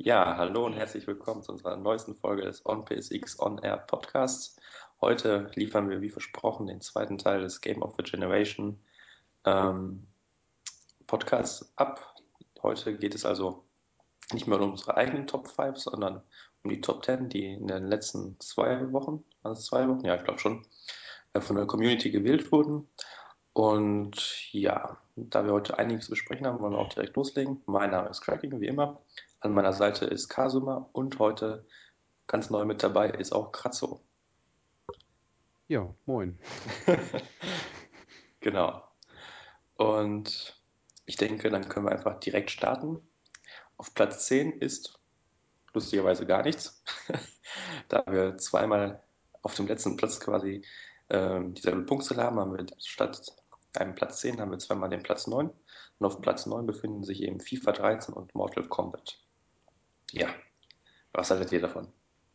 Ja, hallo und herzlich willkommen zu unserer neuesten Folge des OnPSX On Air Podcasts. Heute liefern wir, wie versprochen, den zweiten Teil des Game of the Generation ähm, Podcasts ab. Heute geht es also nicht mehr um unsere eigenen Top 5, sondern um die Top 10, die in den letzten 2 Wochen, waren es 2 Wochen? Ja, ich glaube schon, von der Community gewählt wurden. Und ja, da wir heute einiges zu besprechen haben, wollen wir auch direkt loslegen. Mein Name ist Cracking, wie immer. An meiner Seite ist Kasuma und heute ganz neu mit dabei ist auch Kratzo. Ja, moin. Genau. Und ich denke, dann können wir einfach direkt starten. Auf Platz 10 ist lustigerweise gar nichts, da wir zweimal auf dem letzten Platz quasi dieselbe Punktzahl haben wir statt einem Platz 10 haben wir zweimal den Platz 9. Und auf Platz 9 befinden sich eben FIFA 13 und Mortal Kombat. Ja, was haltet ihr davon?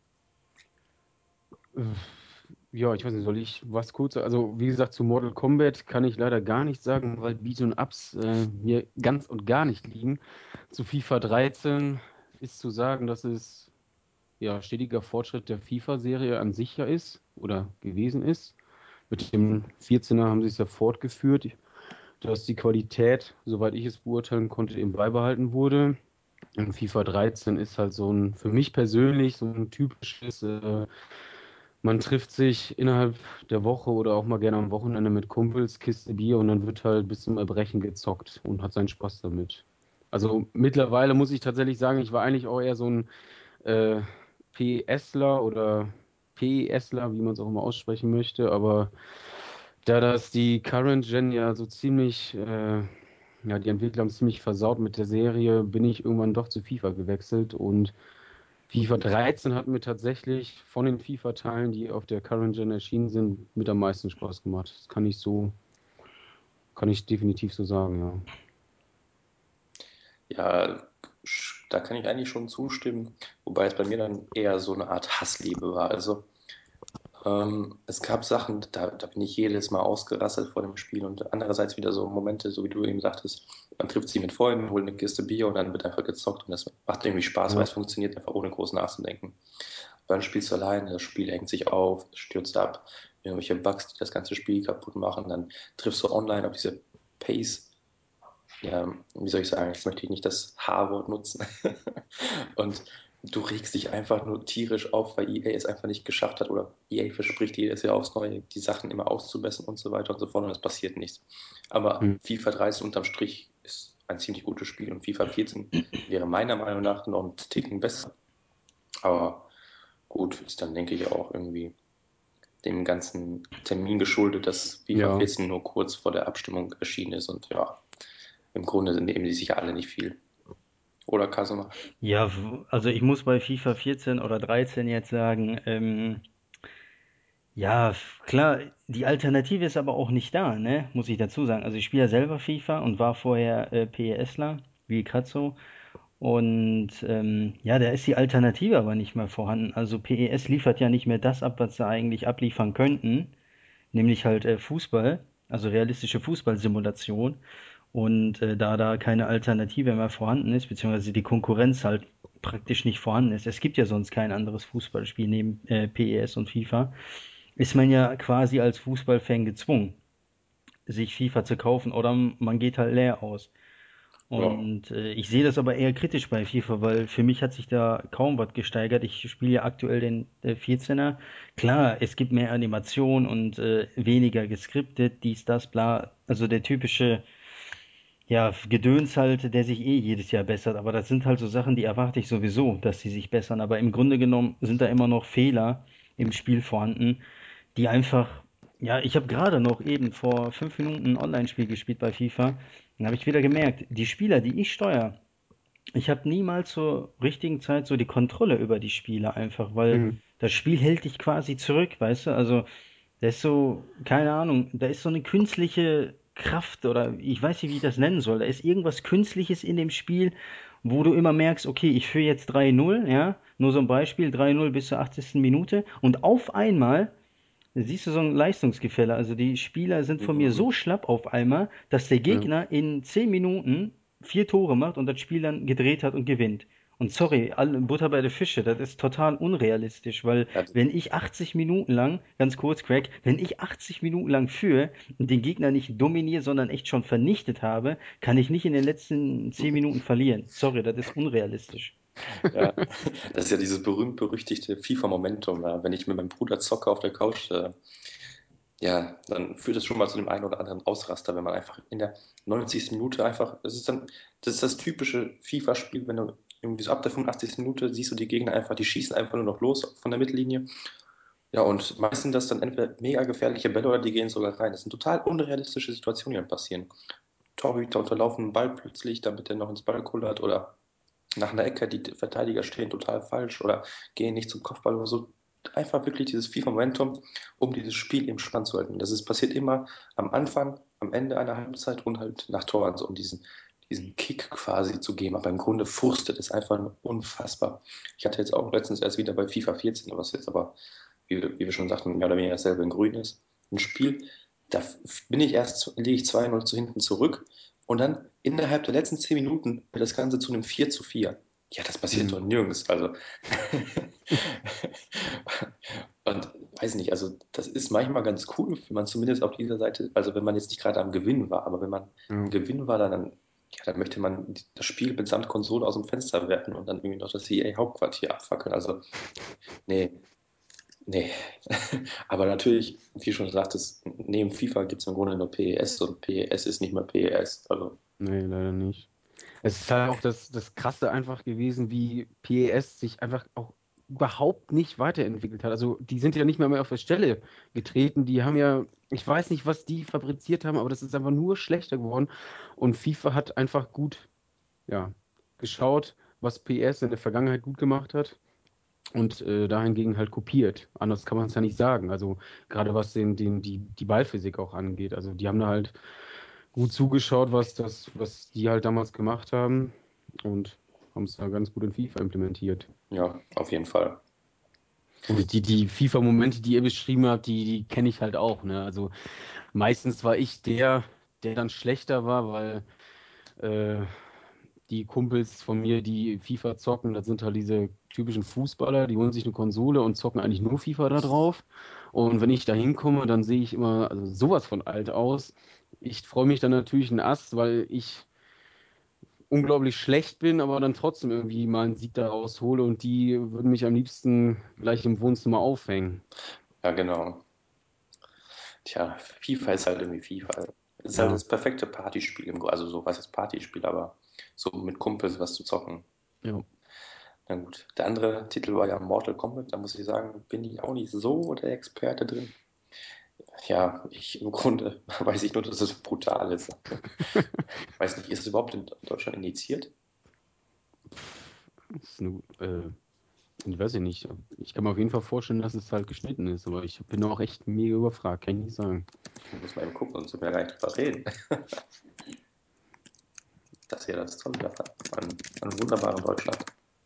Äh, Ja, ich weiß nicht, soll ich was kurz, also wie gesagt, zu Mortal Kombat kann ich leider gar nichts sagen, weil Beat und Ups mir ganz und gar nicht liegen. Zu FIFA 13 ist zu sagen, dass es ja stetiger Fortschritt der FIFA-Serie an sich ja ist oder gewesen ist. Mit dem 14er haben sie es ja fortgeführt, dass die Qualität, soweit ich es beurteilen konnte, eben beibehalten wurde. Und FIFA 13 ist halt so ein, für mich persönlich, so ein typisches man trifft sich innerhalb der Woche oder auch mal gerne am Wochenende mit Kumpels, Kiste Bier und dann wird halt bis zum Erbrechen gezockt und hat seinen Spaß damit. Also mittlerweile muss ich tatsächlich sagen, ich war eigentlich auch eher so ein äh, PSler oder PESler, wie man es auch immer aussprechen möchte, aber da das die Current Gen ja so ziemlich, ja, die Entwickler haben es ziemlich versaut mit der Serie, bin ich irgendwann doch zu FIFA gewechselt und FIFA 13 hat mir tatsächlich von den FIFA-Teilen, die auf der Current Gen erschienen sind, mit am meisten Spaß gemacht. Das kann ich definitiv so sagen, ja. Ja, da kann ich eigentlich schon zustimmen, wobei es bei mir dann eher so eine Art Hassliebe war. Also es gab Sachen, da bin ich jedes Mal ausgerastet vor dem Spiel und andererseits wieder so Momente, so wie du eben sagtest, man trifft sich mit Freunden, holt eine Kiste Bier und dann wird einfach gezockt und das macht irgendwie Spaß, weil Ja, es funktioniert einfach ohne groß nachzudenken. Dann spielst du alleine, das Spiel hängt sich auf, es stürzt ab, irgendwelche Bugs, die das ganze Spiel kaputt machen, dann triffst du online auf diese Pace, ja, wie soll ich sagen, jetzt möchte ich nicht das H-Wort nutzen. Und du regst dich einfach nur tierisch auf, weil EA es einfach nicht geschafft hat oder EA verspricht jedes Jahr aufs Neue, die Sachen immer auszubessern und so weiter und so fort und es passiert nichts. Aber hm. FIFA 13 unterm Strich ist ein ziemlich gutes Spiel und FIFA 14 wäre meiner Meinung nach noch ein Ticken besser. Aber gut, ist dann denke ich auch irgendwie dem ganzen Termin geschuldet, dass FIFA Ja. 14 nur kurz vor der Abstimmung erschienen ist und ja, im Grunde nehmen die sich ja alle nicht viel. Oder Kasuma? Ja, also ich muss bei FIFA 14 oder 13 jetzt sagen, ja, klar, die Alternative ist aber auch nicht da, ne? Muss ich dazu sagen. Also ich spiele ja selber FIFA und war vorher PESler, wie Kratzo. Und ja, da ist die Alternative aber nicht mehr vorhanden. Also PES liefert ja nicht mehr das ab, was sie eigentlich abliefern könnten, nämlich halt Fußball, also realistische Fußballsimulation. Und da keine Alternative mehr vorhanden ist, beziehungsweise die Konkurrenz halt praktisch nicht vorhanden ist, es gibt ja sonst kein anderes Fußballspiel neben PES und FIFA, ist man ja quasi als Fußballfan gezwungen, sich FIFA zu kaufen oder man geht halt leer aus. Ja. Und ich sehe das aber eher kritisch bei FIFA, weil für mich hat sich da kaum was gesteigert. Ich spiele ja aktuell den 14er. Klar, es gibt mehr Animation und weniger geskriptet, dies, das, bla. Also der typische, ja, Gedöns halt, der sich eh jedes Jahr bessert. Aber das sind halt so Sachen, die erwarte ich sowieso, dass sie sich bessern. Aber im Grunde genommen sind da immer noch Fehler im Spiel vorhanden, die einfach, ja, ich habe gerade noch eben vor 5 Minuten ein Online-Spiel gespielt bei FIFA. Dann habe ich wieder gemerkt, die Spieler, die ich steuere, ich habe niemals zur richtigen Zeit so die Kontrolle über die Spieler einfach, weil Hm. das Spiel hält dich quasi zurück, weißt du? Also, da ist so, keine Ahnung, da ist so eine künstliche Kraft oder ich weiß nicht, wie ich das nennen soll. Da ist irgendwas Künstliches in dem Spiel, wo du immer merkst, okay, ich führe jetzt 3-0, ja, nur so ein Beispiel, 3-0 bis zur 80. Minute und auf einmal siehst du so ein Leistungsgefälle. Also die Spieler sind von mir so Mhm. schlapp auf einmal, dass der Ja. Gegner in 10 Minuten 4 Tore macht und das Spiel dann gedreht hat und gewinnt. Und sorry, Butter bei der Fische, das ist total unrealistisch, weil Ja, wenn ich 80 Minuten lang, ganz kurz, Craig, wenn ich 80 Minuten lang führe und den Gegner nicht dominiere, sondern echt schon vernichtet habe, kann ich nicht in den letzten 10 Minuten verlieren. Sorry, das ist unrealistisch. ja, das ist ja dieses berühmt-berüchtigte FIFA-Momentum. Ja. Wenn ich mit meinem Bruder zocke auf der Couch, ja, dann führt es schon mal zu dem einen oder anderen Ausraster, wenn man einfach in der 90. Minute einfach, das ist das typische FIFA-Spiel, wenn du irgendwie so ab der 85. Minute siehst du die Gegner einfach, die schießen einfach nur noch los von der Mittellinie. Ja, und meistens sind das dann entweder mega gefährliche Bälle oder die gehen sogar rein. Das sind total unrealistische Situationen, die dann passieren. Torhüter unterlaufen den Ball plötzlich, damit er noch ins Ball kullert oder nach einer Ecke, die Verteidiger stehen total falsch oder gehen nicht zum Kopfball oder so. Einfach wirklich dieses FIFA-Momentum, um dieses Spiel eben spannend zu halten. Das ist passiert immer am Anfang, am Ende einer Halbzeit und halt nach Tor, also um diesen Kick quasi zu geben. Aber im Grunde fruchtet es einfach nur unfassbar. Ich hatte jetzt auch letztens erst wieder bei FIFA 14, was jetzt aber, wie wir schon sagten, mehr oder weniger dasselbe in Grün ist, ein Spiel, da liege ich 2-0 zu hinten zurück und dann innerhalb der letzten 10 Minuten wird das Ganze zu einem 4:4. Ja, das passiert doch Mhm. nirgends. Also, und weiß nicht, also das ist manchmal ganz cool, wenn man zumindest auf dieser Seite, also wenn man jetzt nicht gerade am Gewinn war, aber wenn man am Ja. Gewinn war, dann möchte man das Spiel mitsamt Konsole aus dem Fenster werfen und dann irgendwie noch das EA-Hauptquartier abfackeln. Also, nee, nee. Aber natürlich, wie schon gesagt, neben FIFA gibt es im Grunde nur PES und PES ist nicht mehr PES. Also, Nee, leider nicht. Es ist halt auch das Krasse einfach gewesen, wie PES sich einfach auch überhaupt nicht weiterentwickelt hat. Also die sind ja nicht mehr auf der Stelle getreten. Die haben ja, ich weiß nicht, was die fabriziert haben, aber das ist einfach nur schlechter geworden. Und FIFA hat einfach gut, ja, geschaut, was PES in der Vergangenheit gut gemacht hat. Und dahingegen halt kopiert. Anders kann man es ja nicht sagen. Also gerade was die Ballphysik auch angeht. Also die haben da halt gut zugeschaut, was die halt damals gemacht haben und haben es da ganz gut in FIFA implementiert. ja, auf jeden Fall. Und die FIFA-Momente, die ihr beschrieben habt, die kenne ich halt auch, ne? Also meistens war ich der dann schlechter war, weil äh, die Kumpels von mir, die FIFA zocken, das sind halt diese typischen Fußballer, die holen sich eine Konsole und zocken eigentlich nur FIFA da drauf. Und wenn ich da hinkomme, dann sehe ich immer also sowas von alt aus. Ich freue mich dann natürlich ein Ast, weil ich unglaublich schlecht bin, aber dann trotzdem irgendwie mal einen Sieg da raushole und die würden mich am liebsten gleich im Wohnzimmer aufhängen. Ja, genau. Tja, FIFA ist halt irgendwie FIFA. Es ist halt Ja, das perfekte Partyspiel, also so was ist Partyspiel, aber so mit Kumpels was zu zocken. ja. Na gut. Der andere Titel war ja Mortal Kombat, da muss ich sagen, bin ich auch nicht so der Experte drin. Ja, im Grunde weiß ich nur, dass es brutal ist. Weiß nicht, ist es überhaupt in Deutschland indiziert? Das ist eine, ich weiß ja nicht. Ich kann mir auf jeden Fall vorstellen, dass es halt geschnitten ist, aber ich bin auch echt mega überfragt, kann ich nicht sagen. Ich muss mal eben gucken, sonst können wir ja gar nicht drüber reden. Das ist ja das Tolle daran. An wunderbaren Deutschland.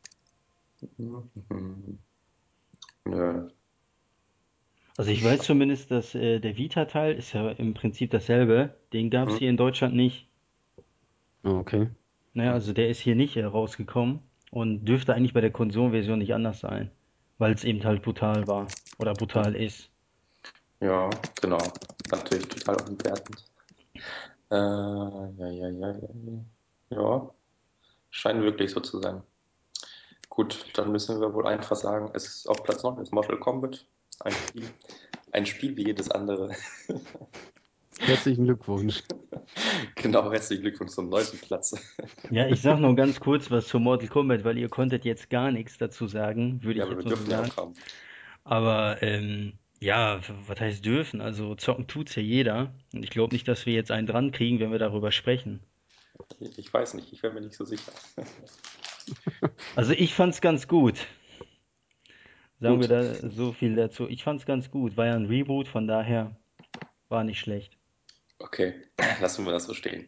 Mhm. Nö. Also ich weiß zumindest, dass der Vita-Teil ist ja im Prinzip dasselbe. Den gab es Mhm. hier in Deutschland nicht. Ah, okay. Naja, also der ist hier nicht rausgekommen und dürfte eigentlich bei der Konsolenversion nicht anders sein, weil es eben halt brutal war oder brutal ist. Ja, genau. Natürlich total unwertend. Ja, ja, ja, ja. Ja, scheint wirklich so zu sein. Gut, dann müssen wir wohl einfach sagen, es ist auf Platz 9 ist Mortal Kombat. Ein Spiel wie jedes andere. Herzlichen Glückwunsch. Genau, herzlichen Glückwunsch zum 9. Platz. Ja, ich sag nur ganz kurz was zu Mortal Kombat, weil ihr konntet jetzt gar nichts dazu sagen, würde Ja, ich aber wir jetzt mal so dürfen ja sagen. auch haben. Aber ja, was heißt dürfen? Also zocken tut's ja jeder. Und ich glaube nicht, dass wir jetzt einen dran kriegen, wenn wir darüber sprechen. Ich weiß nicht, ich wäre mir nicht so sicher. Also ich fand's ganz gut. Sagen wir Gut, da so viel dazu. Ich fand's ganz gut. War ja ein Reboot, von daher war nicht schlecht. okay, lassen wir das so stehen.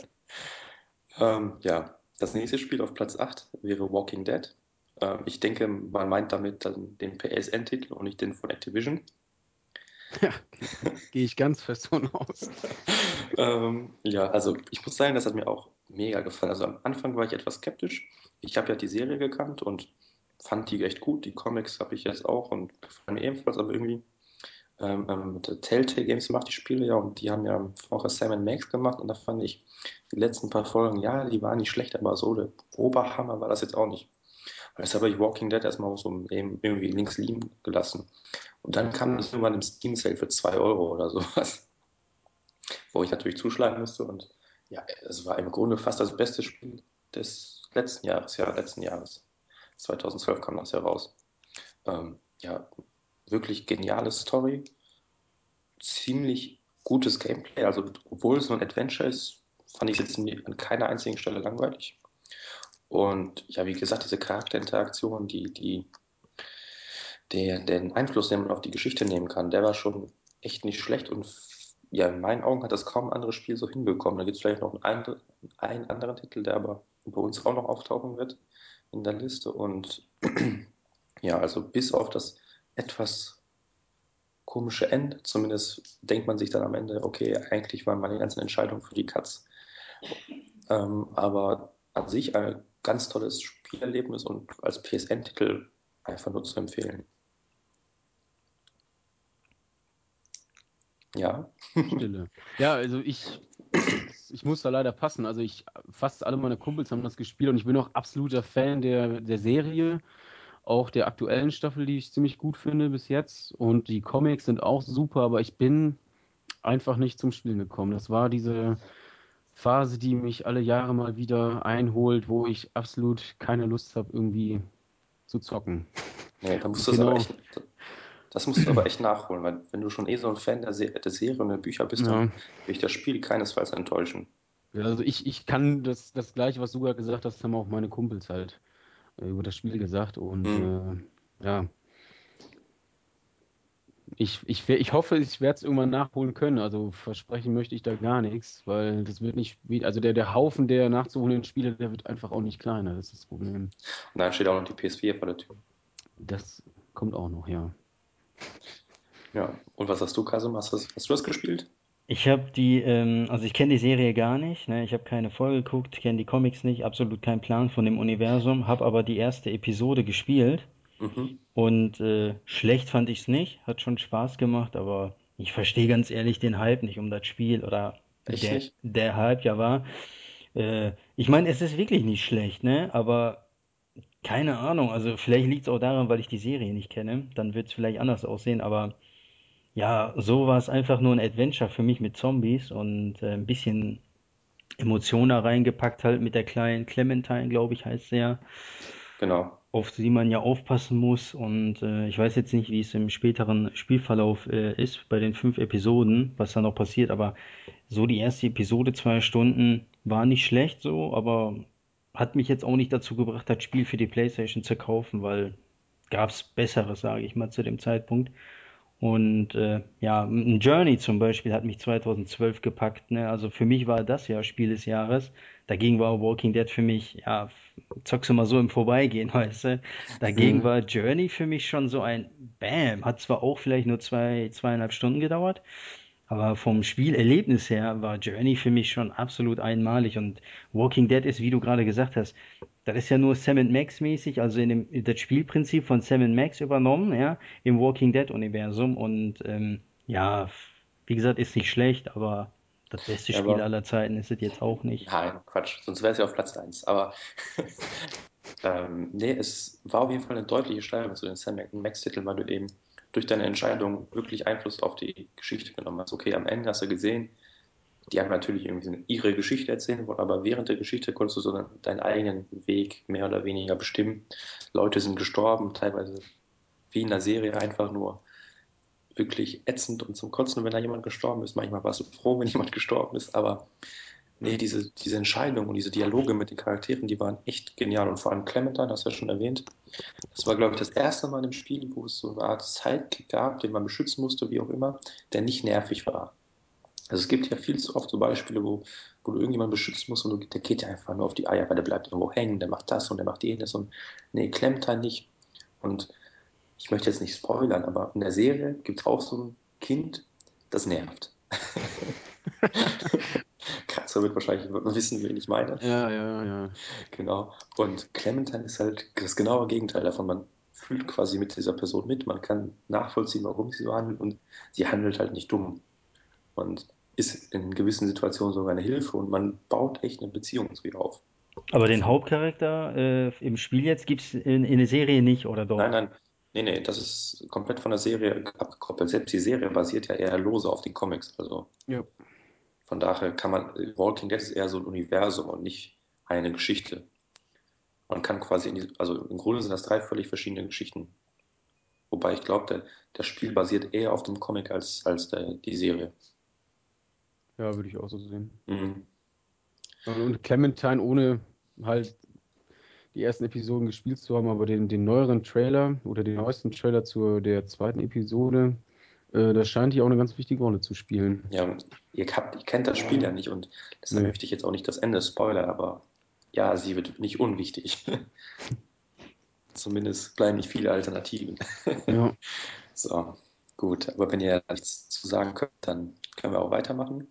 Ja, das nächste Spiel auf Platz 8 wäre Walking Dead. Ich denke, man meint damit dann den PSN-Titel und nicht den von Activision. Ja, gehe ich ganz fest von aus. Ja, also ich muss sagen, das hat mir auch mega gefallen. Also am Anfang war ich etwas skeptisch. Ich habe ja die Serie gekannt und fand die echt gut. Die Comics habe ich jetzt auch und gefallen mir ebenfalls, aber irgendwie mit der Telltale Games macht die Spiele ja und die haben ja vorher Sam Max gemacht und da fand ich die letzten paar Folgen, ja, die waren nicht schlecht, aber so der Oberhammer war das jetzt auch nicht. Und deshalb habe ich Walking Dead erstmal so eben irgendwie links liegen gelassen. Und dann kam das irgendwann im Steam Sale für 2 Euro oder sowas, wo ich natürlich zuschlagen musste. Und ja, es war im Grunde fast das beste Spiel des letzten Jahres. 2012 kam das ja raus. Ja, wirklich geniale Story, ziemlich gutes Gameplay. Also, obwohl es nur ein Adventure ist, fand ich es jetzt an keiner einzigen Stelle langweilig. Und ja, wie gesagt, diese Charakterinteraktion, den Einfluss, den man auf die Geschichte nehmen kann, der war schon echt nicht schlecht. Und ja, in meinen Augen hat das kaum ein anderes Spiel so hinbekommen. Da gibt es vielleicht noch einen anderen Titel, der aber bei uns auch noch auftauchen wird in der Liste. Und ja, also bis auf das etwas komische Ende, zumindest denkt man sich dann am Ende, okay, eigentlich waren meine ganzen Entscheidungen für die Katz. Aber an sich ein ganz tolles Spielerlebnis und als PSN-Titel einfach nur zu empfehlen. Ja. Stille. Ja, also ich muss da leider passen. Also fast alle meine Kumpels haben das gespielt und ich bin auch absoluter Fan der Serie, auch der aktuellen Staffel, die ich ziemlich gut finde bis jetzt. Und die Comics sind auch super, aber ich bin einfach nicht zum Spielen gekommen. Das war diese Phase, die mich alle Jahre mal wieder einholt, wo ich absolut keine Lust habe, irgendwie zu zocken. Nee, Und genau, das musst du aber echt nachholen, weil wenn du schon eh so ein Fan der Serie und der Bücher bist, dann ja. will ich das Spiel keinesfalls enttäuschen. Ja, also ich kann das Gleiche, was du gerade gesagt hast, haben auch meine Kumpels halt über das Spiel gesagt. Und Hm. ja, ich hoffe, ich werde es irgendwann nachholen können. Also versprechen möchte ich da gar nichts, weil das wird nicht, also der Haufen der nachzuholenden Spiele, der wird einfach auch nicht kleiner. Das ist das Problem. Und dann steht auch noch die PS4 vor der Tür. Das kommt auch noch, ja. Ja, und was hast du, Kasum? Hast du das gespielt? Ich habe also ich kenne die Serie gar nicht, ne? Ich habe keine Folge geguckt, kenne die Comics nicht, absolut keinen Plan von dem Universum, habe aber die erste Episode gespielt Mhm. und schlecht fand ich es nicht, hat schon Spaß gemacht, aber ich verstehe ganz ehrlich den Hype nicht um das Spiel oder Echt nicht? der Hype ja war. Ich meine, es ist wirklich nicht schlecht, ne? Aber keine Ahnung, also vielleicht liegt es auch daran, weil ich die Serie nicht kenne, dann wird es vielleicht anders aussehen, aber ja, so war es einfach nur ein Adventure für mich mit Zombies und ein bisschen Emotionen da reingepackt halt mit der kleinen Clementine, glaube ich, heißt sie ja, Genau. auf die man ja aufpassen muss. Und ich weiß jetzt nicht, wie es im späteren Spielverlauf ist, bei den 5 Episoden, was da noch passiert, aber so die erste Episode, 2 Stunden, war nicht schlecht so, aber hat mich jetzt auch nicht dazu gebracht, das Spiel für die PlayStation zu kaufen, weil gab's Besseres, sage ich mal, zu dem Zeitpunkt. Und ja, ein Journey zum Beispiel hat mich 2012 gepackt. Ne? Also für mich war das ja Spiel des Jahres. Dagegen war Walking Dead für mich, ja, zockst du mal so im Vorbeigehen, weißt du. Dagegen Mhm. war Journey für mich schon so ein Bam. Hat zwar auch vielleicht nur 2,5 Stunden gedauert, aber vom Spielerlebnis her war Journey für mich schon absolut einmalig. Und Walking Dead ist, wie du gerade gesagt hast, das ist ja nur Sam Max mäßig, also in das Spielprinzip von Sam Max übernommen, ja, im Walking Dead Universum. Und ja, wie gesagt, ist nicht schlecht, aber das beste Ja, Spiel aber aller Zeiten ist es jetzt auch nicht. nein, Quatsch, sonst wäre es ja auf Platz eins. Aber nee, es war auf jeden Fall eine deutliche Steigerung zu den Sam Max-Titeln, weil du eben durch deine Entscheidung wirklich Einfluss auf die Geschichte genommen hast. Okay, am Ende hast du gesehen, die haben natürlich irgendwie ihre Geschichte erzählen wollen, aber während der Geschichte konntest du so deinen eigenen Weg mehr oder weniger bestimmen. Leute sind gestorben, teilweise wie in der Serie einfach nur wirklich ätzend und zum Kotzen, wenn da jemand gestorben ist. Manchmal warst du froh, wenn jemand gestorben ist, aber nee, diese Entscheidung und diese Dialoge mit den Charakteren, die waren echt genial. Und vor allem Clementine, hast du ja schon erwähnt, das war, glaube ich, das erste Mal im Spiel, wo es so eine Art Sidekick gab, den man beschützen musste, wie auch immer, der nicht nervig war. Also es gibt ja viel zu oft so Beispiele, wo du irgendjemanden beschützen musst und der geht ja einfach nur auf die Eier, weil der bleibt irgendwo hängen, der macht das und der macht jenes und nee, Clementine nicht. Und ich möchte jetzt nicht spoilern, aber in der Serie gibt es auch so einen Kind, das nervt. Kratzer wird wahrscheinlich wissen, wen ich meine. Ja, ja, ja. Genau. Und Clementine ist halt das genaue Gegenteil davon. Man fühlt quasi mit dieser Person mit, man kann nachvollziehen, warum sie so handelt und sie handelt halt nicht dumm und ist in gewissen Situationen sogar eine Hilfe und man baut echt eine Beziehung zu ihr auf. Aber den Davon. Hauptcharakter im Spiel jetzt gibt's in der Serie nicht, oder doch? Nein, nein, nee, das ist komplett von der Serie abgekoppelt. Selbst die Serie basiert ja eher lose auf den Comics. Also Ja. von daher kann man, Walking Dead ist eher so ein Universum und nicht eine Geschichte. Man kann quasi also im Grunde sind das drei völlig verschiedene Geschichten. Wobei ich glaube, das Spiel basiert eher auf dem Comic als die Serie. Ja, würde ich auch so sehen. Mhm. Und Clementine, ohne halt die ersten Episoden gespielt zu haben, aber den neueren Trailer oder den neuesten Trailer zu der zweiten Episode, da scheint die auch eine ganz wichtige Rolle zu spielen. Ja, und ihr kennt das Spiel ja nicht und deshalb Nee. möchte ich jetzt auch nicht das Ende spoilern, aber ja, sie wird nicht unwichtig. Zumindest bleiben nicht viele Alternativen. Ja, So, gut, aber wenn ihr nichts zu sagen könnt, dann können wir auch weitermachen.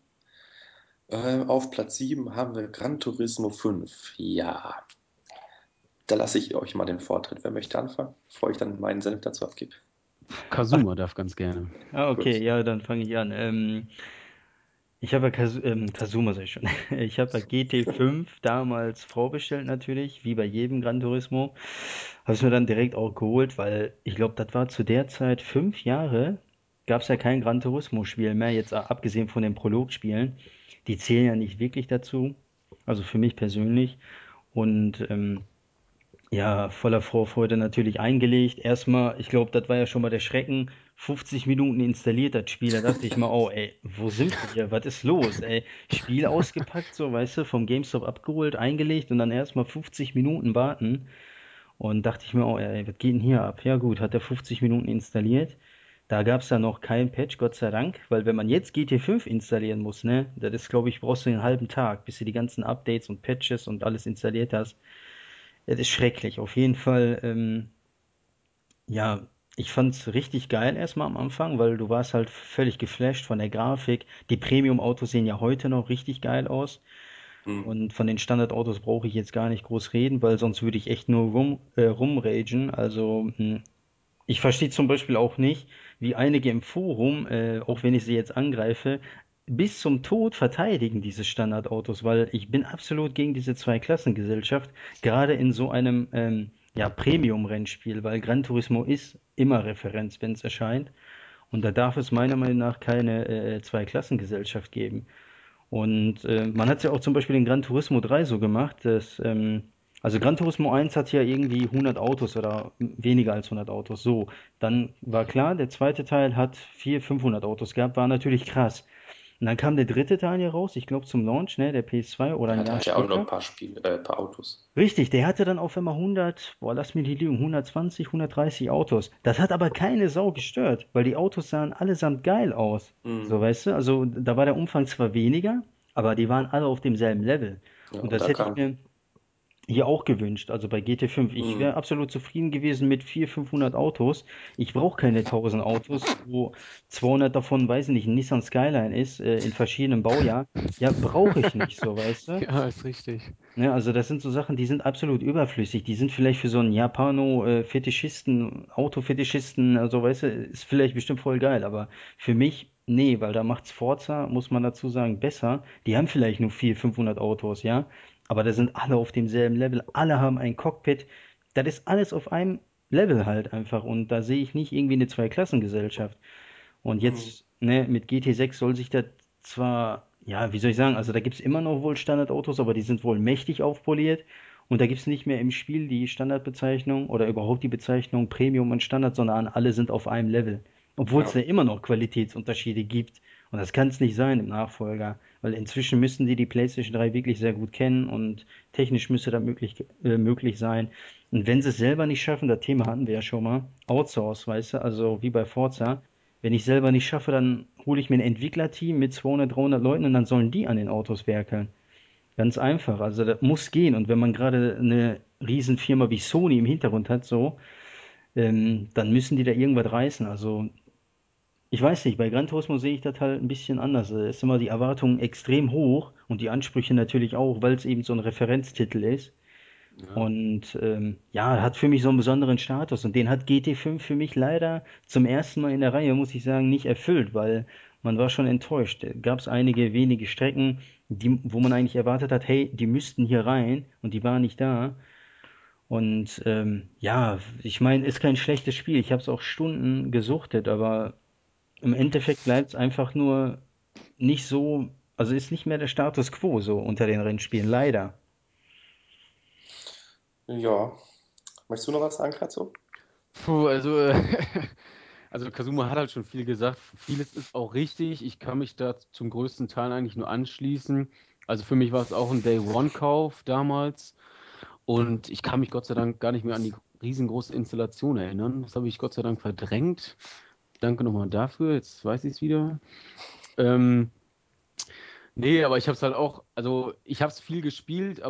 Auf Platz 7 haben wir Gran Turismo 5. Ja, da lasse ich euch mal den Vortritt. Wer möchte anfangen, bevor ich dann meinen Senf dazu abgebe? Kazuma darf ganz gerne. Ah, okay, Gut. ja, dann fange ich an. Ich habe ja Kazuma, sag ich schon. Ich habe ja GT5 damals vorbestellt natürlich, wie bei jedem Gran Turismo. Habe es mir dann direkt auch geholt, weil ich glaube, das war zu der Zeit 5 Jahre, gab es ja kein Gran Turismo-Spiel mehr, jetzt abgesehen von den Prolog-Spielen. Die zählen ja nicht wirklich dazu, also für mich persönlich. Und ja, voller Vorfreude natürlich eingelegt. Erstmal, ich glaube, das war ja schon mal der Schrecken. 50 Minuten installiert das Spiel. Da dachte ich mal, oh, ey, wo sind wir hier? Was ist los, ey? Spiel ausgepackt, so, weißt du, vom GameStop abgeholt, eingelegt und dann erstmal 50 Minuten warten. Und dachte ich mir, oh, ey, was geht denn hier ab? Ja, gut, hat er 50 Minuten installiert. Da gab es dann noch kein Patch, Gott sei Dank, weil wenn man jetzt GT5 installieren muss, ne, das ist, glaube ich, brauchst du einen halben Tag, bis du die ganzen Updates und Patches und alles installiert hast. Es ist schrecklich. Auf jeden Fall, ja, ich fand's richtig geil erstmal am Anfang, weil du warst halt völlig geflasht von der Grafik. Die Premium-Autos sehen ja heute noch richtig geil aus. Hm. Und von den Standardautos brauche ich jetzt gar nicht groß reden, weil sonst würde ich echt nur rumragen. Also, ich verstehe zum Beispiel auch nicht, wie einige im Forum, auch wenn ich sie jetzt angreife, bis zum Tod verteidigen diese Standardautos, weil ich bin absolut gegen diese Zweiklassengesellschaft, gerade in so einem ja, Premium-Rennspiel, weil Gran Turismo ist immer Referenz, wenn es erscheint. Und da darf es meiner Meinung nach keine Zweiklassengesellschaft geben. Und man hat es ja auch zum Beispiel in Gran Turismo 3 so gemacht, dass, also Gran Turismo 1 hat ja irgendwie 100 Autos oder weniger als 100 Autos. So, dann war klar, der zweite Teil hat 400, 500 Autos gehabt, war natürlich krass. Und dann kam der dritte Teil hier raus, ich glaube zum Launch, ne, der PS2 oder ein Ja, der Jahr hat ja auch nur später. ein paar paar Autos. Richtig, der hatte dann auf einmal 100, boah, lass mich nicht lügen, 120, 130 Autos. Das hat aber keine Sau gestört, weil die Autos sahen allesamt geil aus. So, Hm. weißt du, also da war der Umfang zwar weniger, aber die waren alle auf demselben Level. Ja, Und und das da hätte ich kam, mir hier auch gewünscht, also bei GT5. Ich hm. wäre absolut zufrieden gewesen mit 400, 500 Autos. Ich brauche keine 1000 Autos, wo 200 davon, weiß ich nicht, ein Nissan Skyline ist, in verschiedenen Baujahren. Ja, brauche ich nicht so, weißt du? Ja, ist richtig. Ne, also das sind so Sachen, die sind absolut überflüssig. Die sind vielleicht für so einen Japano-Fetischisten, Autofetischisten, also weißt du, ist vielleicht bestimmt voll geil, aber für mich, nee, weil da macht's Forza, muss man dazu sagen, besser. Die haben vielleicht nur 400, 500 Autos, ja, aber da sind alle auf demselben Level, alle haben ein Cockpit. Das ist alles auf einem Level halt einfach und da sehe ich nicht irgendwie eine Zweiklassengesellschaft. Und Hm. jetzt, ne, mit GT6 soll sich das zwar, ja, wie soll ich sagen, also da gibt's immer noch wohl Standardautos, aber die sind wohl mächtig aufpoliert. Und da gibt's nicht mehr im Spiel die Standardbezeichnung oder überhaupt die Bezeichnung Premium und Standard, sondern alle sind auf einem Level. Obwohl es Ja. da immer noch Qualitätsunterschiede gibt. Und das kann es nicht sein im Nachfolger, weil inzwischen müssten die PlayStation 3 wirklich sehr gut kennen und technisch müsste das möglich sein. Und wenn sie es selber nicht schaffen, das Thema hatten wir ja schon mal, Outsource, weißt du, also wie bei Forza, wenn ich selber nicht schaffe, dann hole ich mir ein Entwicklerteam mit 200, 300 Leuten und dann sollen die an den Autos werkeln. Ganz einfach. Also das muss gehen. Und wenn man gerade eine Riesenfirma wie Sony im Hintergrund hat, so, dann müssen die da irgendwas reißen. Also Ich weiß nicht, bei Gran Turismo sehe ich das halt ein bisschen anders. Da ist immer die Erwartung extrem hoch und die Ansprüche natürlich auch, weil es eben so ein Referenztitel ist. Ja. Und ja, hat für mich so einen besonderen Status. Und den hat GT5 für mich leider zum ersten Mal in der Reihe, muss ich sagen, nicht erfüllt, weil man war schon enttäuscht. Gab es einige wenige Strecken, wo man eigentlich erwartet hat, hey, die müssten hier rein und die waren nicht da. Und ja, ich meine, ist kein schlechtes Spiel. Ich habe es auch Stunden gesuchtet, aber im Endeffekt bleibt es einfach nur nicht so, also ist nicht mehr der Status quo so unter den Rennspielen, leider. Ja. Möchtest du noch was sagen, Kratzo? Puh, also, also Kazuma hat halt schon viel gesagt. Vieles ist auch richtig. Ich kann mich da zum größten Teil eigentlich nur anschließen. Also für mich war es auch ein Day-One-Kauf damals. Und ich kann mich Gott sei Dank gar nicht mehr an die riesengroße Installation erinnern. Das habe ich Gott sei Dank verdrängt. Danke nochmal dafür. Jetzt weiß ich es wieder. Ähm, nee, aber ich habe es halt auch, also ich habe es viel gespielt,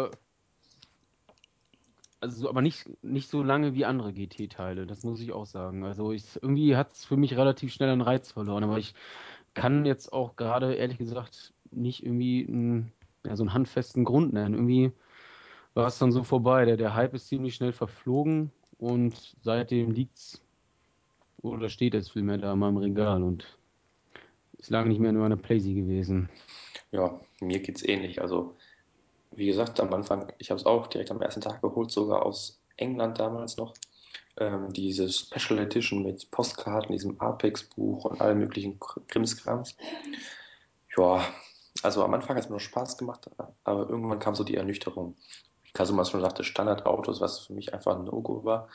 aber nicht so lange wie andere GT-Teile, das muss ich auch sagen. Also irgendwie hat es für mich relativ schnell einen Reiz verloren, aber ich kann jetzt auch gerade ehrlich gesagt nicht irgendwie ja, so einen handfesten Grund nennen. Irgendwie war es dann so vorbei. Der Hype ist ziemlich schnell verflogen und seitdem liegt's oder steht es vielmehr da in meinem Regal und ist lange nicht mehr in meiner Playsee gewesen. Ja, mir geht's ähnlich. Also, wie gesagt, am Anfang, ich habe es auch direkt am ersten Tag geholt, sogar aus England damals noch. Diese Special Edition mit Postkarten, diesem Apex-Buch und allem möglichen Krimskrams. Ja, also am Anfang hat es mir noch Spaß gemacht, aber irgendwann kam so die Ernüchterung. Wie Kasumas schon sagte, Standardautos, was für mich einfach ein No-Go war.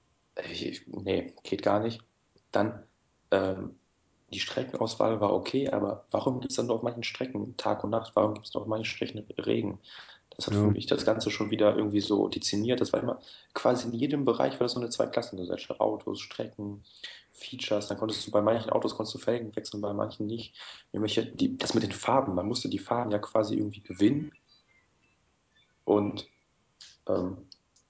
Nee, geht gar nicht. Dann, ähm, die Streckenauswahl war okay, aber warum gibt es dann nur auf manchen Strecken Tag und Nacht? Warum gibt es nur auf manchen Strecken Regen? Das hat für Ja, mich das Ganze schon wieder irgendwie so dezimiert. Das war immer quasi in jedem Bereich war das so eine Zweiklassengesellschaft. Autos, Strecken, Features. Dann konntest du bei manchen Autos konntest du Felgen wechseln, bei manchen nicht. Das mit den Farben, man musste die Farben ja quasi irgendwie gewinnen. Und ähm,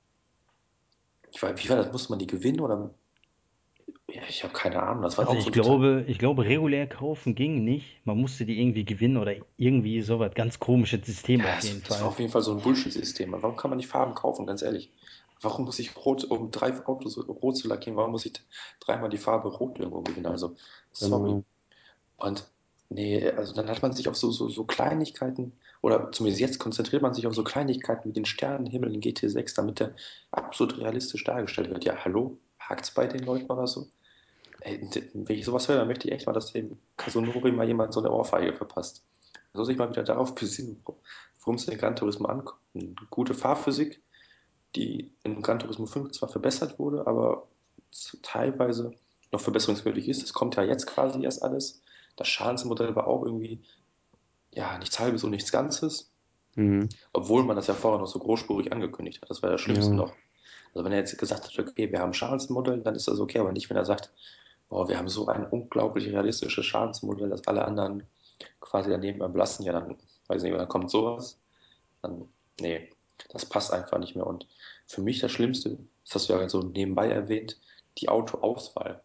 wie war das? Musste man die gewinnen oder? Ja, ich habe keine Ahnung. Das war Also auch so ein total. ich glaube, regulär kaufen ging nicht. Man musste die irgendwie gewinnen oder irgendwie sowas. Ganz komisches System Ja, auf jeden das war Fall. auf jeden Fall so ein Bullshit-System. Warum kann man nicht Farben kaufen, ganz ehrlich? Warum muss ich rot, um drei Autos rot zu lackieren, warum muss ich dreimal die Farbe rot irgendwo gewinnen? Also, sorry. genau. Und nee, also dann hat man sich auf so Kleinigkeiten, oder zumindest jetzt konzentriert man sich auf so Kleinigkeiten wie den Sternenhimmel in GT6, damit der absolut realistisch dargestellt wird. Ja, hallo? Hakt's bei den Leuten oder so? Ey, wenn ich sowas höre, dann möchte ich echt mal, dass dem Kazunori mal jemand so eine Ohrfeige verpasst. Man soll sich mal wieder darauf besinnen, worum es in Gran Turismo ankommt. Eine gute Fahrphysik, die in Gran Turismo 5 zwar verbessert wurde, aber teilweise noch verbesserungswürdig ist. Das kommt ja jetzt quasi erst alles. Das Schadensmodell war auch irgendwie, ja, nichts Halbes und nichts Ganzes, Mhm. obwohl man das ja vorher noch so großspurig angekündigt hat. Das war das Schlimmste Ja. noch. Also wenn er jetzt gesagt hat, okay, wir haben ein Schadensmodell, dann ist das okay, aber nicht, wenn er sagt, boah, wir haben so ein unglaublich realistisches Schadensmodell, dass alle anderen quasi daneben erblassen, ja, dann weiß ich nicht, dann kommt sowas, dann, nee, das passt einfach nicht mehr. Und für mich das Schlimmste, das hast du ja so nebenbei erwähnt, die Autoauswahl.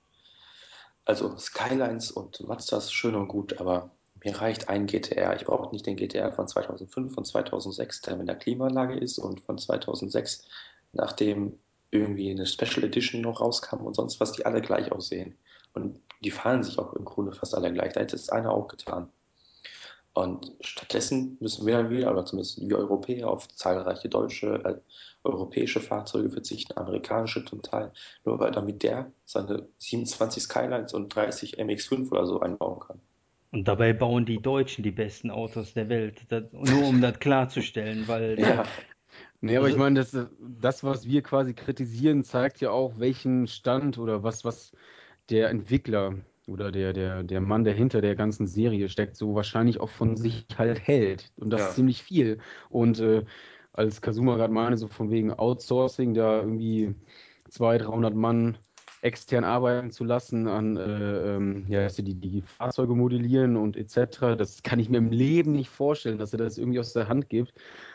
Also Skylines und Mazdas schön und gut, aber mir reicht ein GTR. Ich brauche nicht den GTR von 2005, von 2006, der mit der Klimaanlage ist und von 2006, nachdem irgendwie eine Special Edition noch rauskam und sonst was, die alle gleich aussehen. Und die fahren sich auch im Grunde fast alle gleich. Da hätte es einer auch getan. Und stattdessen müssen wir dann wieder, oder zumindest wir Europäer, auf zahlreiche deutsche, europäische Fahrzeuge verzichten, amerikanische zum Teil, nur weil damit der seine 27 Skylines und 30 MX5 oder so einbauen kann. Und dabei bauen die Deutschen die besten Autos der Welt. Nur um das klarzustellen, weil Ja, Nee, aber ich also meine, das, was wir quasi kritisieren, zeigt ja auch, welchen Stand oder was der Entwickler oder der Mann, der hinter der ganzen Serie steckt, so wahrscheinlich auch von sich halt hält. Und das ja, ziemlich viel. Und als Kazuma gerade meine, so von wegen Outsourcing, da irgendwie 200, 300 Mann extern arbeiten zu lassen an, ja, dass sie die Fahrzeuge modellieren und etc., das kann ich mir im Leben nicht vorstellen, dass er das irgendwie aus der Hand gibt.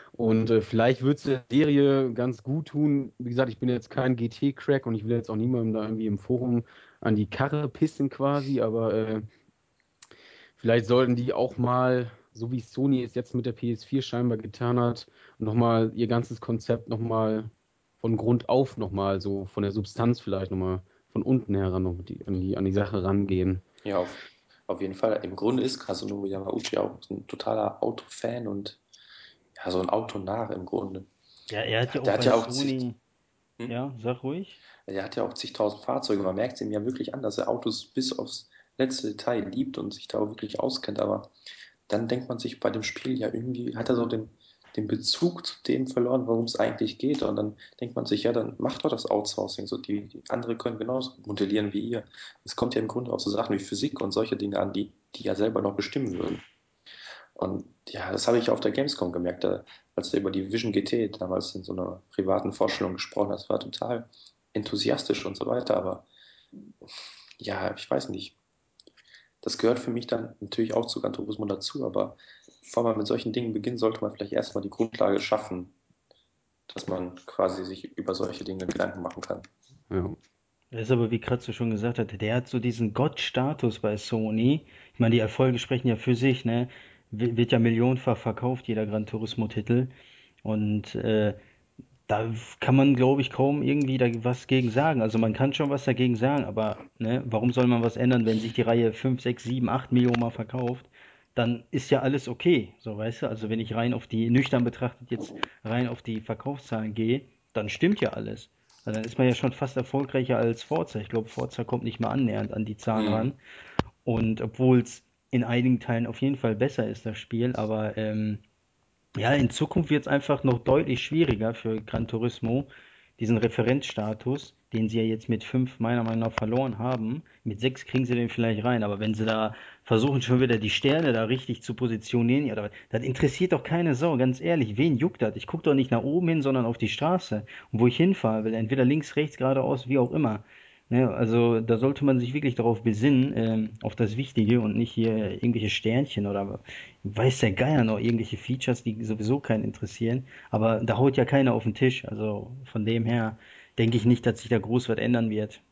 Und vielleicht wird es der Serie ganz gut tun. Wie gesagt, ich bin jetzt kein GT-Crack und ich will jetzt auch niemandem da irgendwie im Forum an die Karre pissen quasi, aber vielleicht sollten die auch mal, so wie Sony es jetzt mit der PS4 scheinbar getan hat, nochmal ihr ganzes Konzept nochmal von Grund auf nochmal, so von der Substanz vielleicht nochmal von unten heran noch an die Sache rangehen. Ja, auf jeden Fall. Im Grunde ist Kazunori Yamauchi auch ein totaler Autofan und ja, so ein Autonah im Grunde. Ja, er hat ja auch Der hat bei ja auch zig, Sony, hm? ja, sag ruhig. Der hat ja auch zigtausend Fahrzeuge. Man merkt es ihm ja wirklich an, dass er Autos bis aufs letzte Detail liebt und sich da auch wirklich auskennt. Aber dann denkt man sich bei dem Spiel ja irgendwie, hat er so den Bezug zu dem verloren, worum es eigentlich geht. Und dann denkt man sich, ja, dann macht doch das Outsourcing. So, die andere können genauso modellieren wie ihr. Es kommt ja im Grunde auf so Sachen wie Physik und solche Dinge an, die ja selber noch bestimmen würden. Und ja, das habe ich auf der Gamescom gemerkt, als er über die Vision GT damals in so einer privaten Vorstellung gesprochen hat. Das war total enthusiastisch und so weiter. Aber ja, ich weiß nicht. Das gehört für mich dann natürlich auch zu Gran Turismo dazu, aber bevor man mit solchen Dingen beginnt, sollte man vielleicht erstmal die Grundlage schaffen, dass man quasi sich über solche Dinge Gedanken machen kann. Ja. Das ist aber, wie Kratzo schon gesagt hat, der hat so diesen Gott-Status bei Sony. Ich meine, die Erfolge sprechen ja für sich, ne? Wird ja millionenfach verkauft, jeder Gran Turismo-Titel. Und da kann man, glaube ich, kaum irgendwie da was gegen sagen. Also man kann schon was dagegen sagen, aber ne, warum soll man was ändern, wenn sich die Reihe 5, 6, 7, 8 Millionen Mal verkauft? Dann ist ja alles okay, so weißt du. Also wenn ich rein auf die, nüchtern betrachtet jetzt rein auf die Verkaufszahlen gehe, dann stimmt ja alles. Also dann ist man ja schon fast erfolgreicher als Forza. Ich glaube, Forza kommt nicht mal annähernd an die Zahlen Mhm. ran. Und obwohl es in einigen Teilen auf jeden Fall besser ist, das Spiel, aber ja, in Zukunft wird es einfach noch deutlich schwieriger für Gran Turismo, diesen Referenzstatus, den sie ja jetzt mit 5 meiner Meinung nach verloren haben. Mit 6 kriegen sie den vielleicht rein, aber wenn sie da versuchen schon wieder die Sterne da richtig zu positionieren, ja, das interessiert doch keine Sau, ganz ehrlich. Wen juckt das? Ich gucke doch nicht nach oben hin, sondern auf die Straße. Und wo ich hinfahre, will entweder links, rechts, geradeaus, wie auch immer. Ne, also da sollte man sich wirklich darauf besinnen, auf das Wichtige und nicht hier irgendwelche Sternchen oder weiß der Geier noch irgendwelche Features, die sowieso keinen interessieren. Aber da haut ja keiner auf den Tisch. Also von dem her denke ich nicht, dass sich da groß was ändern wird.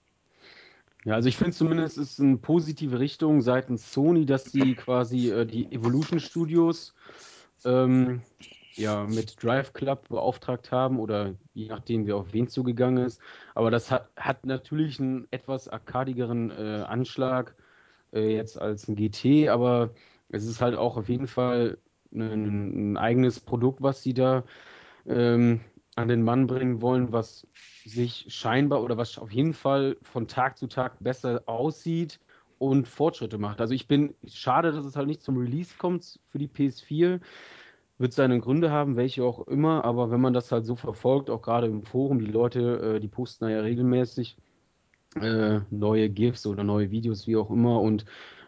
Ja, also ich finde zumindest, es ist eine positive Richtung seitens Sony, dass sie quasi die Evolution Studios ähm, ja, mit Drive Club beauftragt haben oder je nachdem, wer auf wen zugegangen ist. Aber das hat natürlich einen etwas arkadigeren Anschlag jetzt als ein GT, aber es ist halt auch auf jeden Fall ein eigenes Produkt, was sie da ähm, an den Mann bringen wollen, was sich scheinbar oder was auf jeden Fall von Tag zu Tag besser aussieht und Fortschritte macht. Also ich bin schade, dass es halt nicht zum Release kommt für die PS4. Wird seine Gründe haben, welche auch immer, aber wenn man das halt so verfolgt, auch gerade im Forum, die Leute, die posten da ja regelmäßig neue GIFs oder neue Videos, wie auch immer, und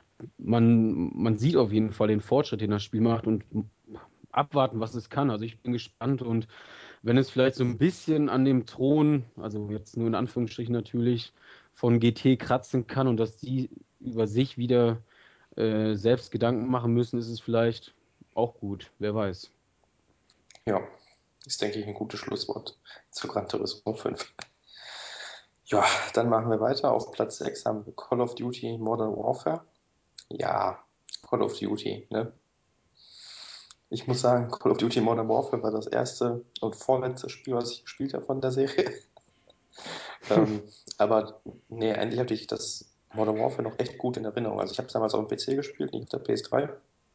man sieht auf jeden Fall den Fortschritt, den das Spiel macht und abwarten, was es kann. Also ich bin gespannt und wenn es vielleicht so ein bisschen an dem Thron, also jetzt nur in Anführungsstrichen natürlich, von GT kratzen kann und dass die über sich wieder selbst Gedanken machen müssen, ist es vielleicht auch gut. Wer weiß. Ja, ist, denke ich, ein gutes Schlusswort zu Gran Turismo 5. Ja, dann machen wir weiter. Auf Platz 6 haben wir Call of Duty Modern Warfare. Ja, Call of Duty, ne? Ich muss sagen, Call of Duty Modern Warfare war das erste und vorletzte Spiel, was ich gespielt habe von der Serie. ähm, aber nee, eigentlich hatte ich das Modern Warfare noch echt gut in Erinnerung. Also ich habe es damals auf dem PC gespielt, nicht auf der PS3.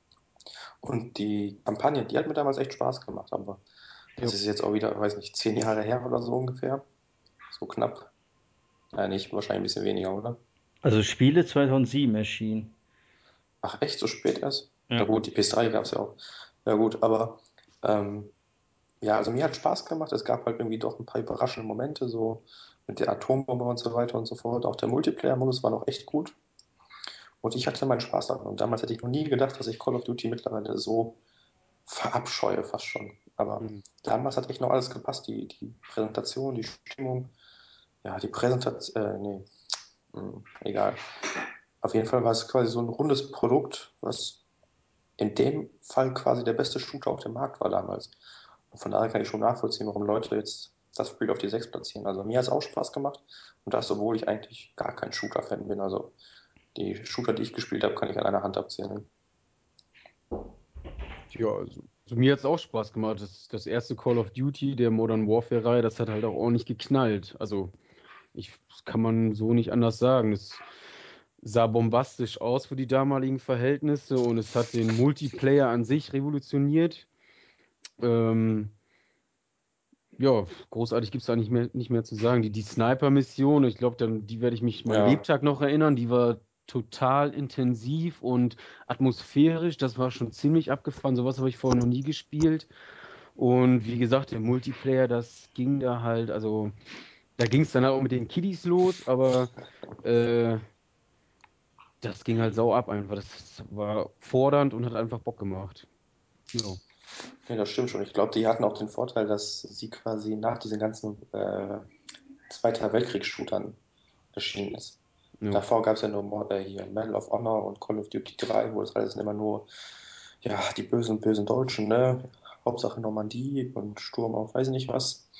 Und die Kampagne, die hat mir damals echt Spaß gemacht. Aber das Jo. ist jetzt auch wieder, weiß nicht, 10 Jahre her oder so ungefähr. So knapp. Ja, nicht, wahrscheinlich ein bisschen weniger, oder? Also Spiele 2007 erschienen. Ach, echt, so spät erst? Ja Ja. gut, die PS3 gab es ja auch. Ja gut, aber ähm, ja, also mir hat Spaß gemacht. Es gab halt irgendwie doch ein paar überraschende Momente, so mit der Atombombe und so weiter und so fort. Auch der Multiplayer-Modus war noch echt gut. Und ich hatte meinen Spaß daran. Und damals hätte ich noch nie gedacht, dass ich Call of Duty mittlerweile so verabscheue, fast schon. Aber Mhm. damals hat echt noch alles gepasst. Die Präsentation, die Stimmung, ja, die Präsentation, nee, egal. Auf jeden Fall war es quasi so ein rundes Produkt, was in dem Fall quasi der beste Shooter auf dem Markt war damals. Und von daher kann ich schon nachvollziehen, warum Leute jetzt das Spiel auf die 6 platzieren. Also mir hat es auch Spaß gemacht und das, obwohl ich eigentlich gar kein Shooter-Fan bin. Also die Shooter, die ich gespielt habe, kann ich an einer Hand abzählen. Ja, also mir hat es auch Spaß gemacht. Das erste Call of Duty der Modern Warfare-Reihe, das hat halt auch ordentlich geknallt. Also das kann man so nicht anders sagen. Es sah bombastisch aus für die damaligen Verhältnisse und es hat den Multiplayer an sich revolutioniert. Ähm, ja, großartig gibt es da nicht mehr zu sagen. Die Sniper-Mission, ich glaube, die werde ich mich mein Ja, Lebtag noch erinnern. Die war total intensiv und atmosphärisch. Das war schon ziemlich abgefahren. Sowas habe ich vorher noch nie gespielt. Und wie gesagt, der Multiplayer, das ging da halt, also da ging es dann auch mit den Kiddies los, aber äh, das ging halt sau ab einfach. Das war fordernd und hat einfach Bock gemacht. Ja, ja, das stimmt schon. Ich glaube, die hatten auch den Vorteil, dass sie quasi nach diesen ganzen Zweiter Weltkriegs-Shootern erschienen ist. ja, Davor gab es ja nur hier Medal of Honor und Call of Duty 3, wo es alles immer nur, ja, die bösen, bösen Deutschen, ne? Hauptsache Normandie und Sturm auf weiß ich nicht was.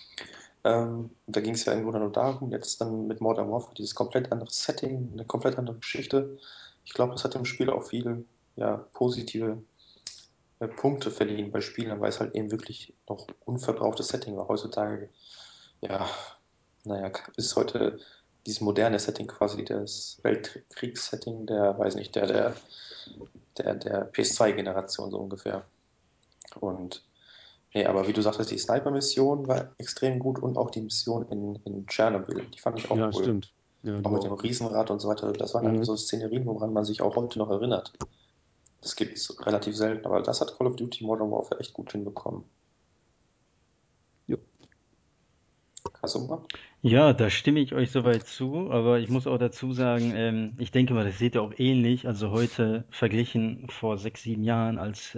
Da ging es ja im Grunde nur darum, jetzt dann mit Modern Warfare dieses komplett andere Setting, eine komplett andere Geschichte. Ich glaube, das hat dem Spiel auch viel, ja, positive Punkte verliehen bei Spielern, weil es halt eben wirklich noch unverbrauchtes Setting war. Heutzutage, ja, naja, ist heute dieses moderne Setting quasi das Weltkriegssetting der, weiß nicht, der PS2-Generation so ungefähr. Und nee, aber wie du sagtest, die Sniper-Mission war extrem gut und auch die Mission in Tschernobyl, die fand ich auch ja, cool. stimmt. Ja, Auch die mit war dem auch gut. Riesenrad und so weiter. Das waren einfach Mhm. so Szenerien, woran man sich auch heute noch erinnert. Das gibt es relativ selten, aber das hat Call of Duty Modern Warfare echt gut hinbekommen. Ja, Kasuma? Ja, da stimme ich euch soweit zu, aber ich muss auch dazu sagen, ich denke mal, das seht ihr auch ähnlich. Also heute verglichen vor 6, 7 Jahren, als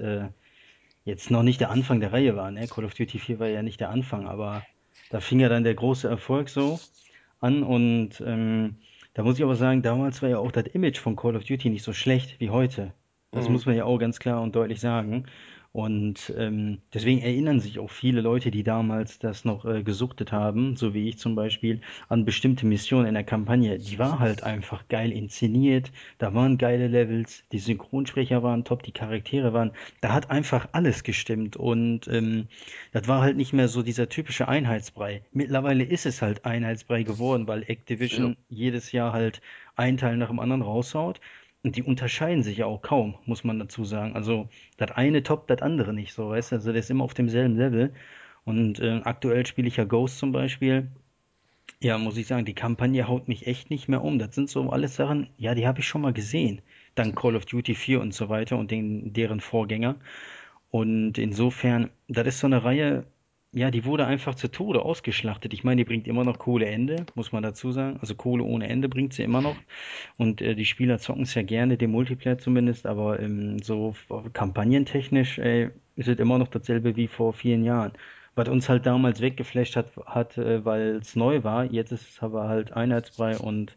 jetzt noch nicht der Anfang der Reihe war, ne? Call of Duty 4 war ja nicht der Anfang, aber da fing ja dann der große Erfolg so an und da muss ich aber sagen, damals war ja auch das Image von Call of Duty nicht so schlecht wie heute. Das muss Mhm. man ja auch ganz klar und deutlich sagen. Und deswegen erinnern sich auch viele Leute, die damals das noch gesuchtet haben, so wie ich zum Beispiel, an bestimmte Missionen in der Kampagne. Die war halt einfach geil inszeniert, da waren geile Levels, die Synchronsprecher waren top, die Charaktere waren, da hat einfach alles gestimmt und das war halt nicht mehr so dieser typische Einheitsbrei. Mittlerweile ist es halt Einheitsbrei geworden, weil ja, Activision jedes Jahr halt einen Teil nach dem anderen raushaut. Und die unterscheiden sich ja auch kaum, muss man dazu sagen. Also das eine toppt das andere nicht so, weißt du? Also der ist immer auf demselben Level. Und aktuell spiele ich ja Ghost zum Beispiel. Ja, muss ich sagen, die Kampagne haut mich echt nicht mehr um. Das sind so alles Sachen, ja, die habe ich schon mal gesehen. Dank Call of Duty 4 und so weiter und deren Vorgänger. Und insofern, das ist so eine Reihe, ja, die wurde einfach zu Tode ausgeschlachtet. Ich meine, die bringt immer noch Kohle Ende, muss man dazu sagen. Also Kohle ohne Ende bringt sie immer noch. Und die Spieler zocken es ja gerne, den Multiplayer zumindest, aber so kampagnentechnisch ist es immer noch dasselbe wie vor vielen Jahren. Was uns halt damals weggeflasht hat weil es neu war. Jetzt ist es aber halt einheitsbrei und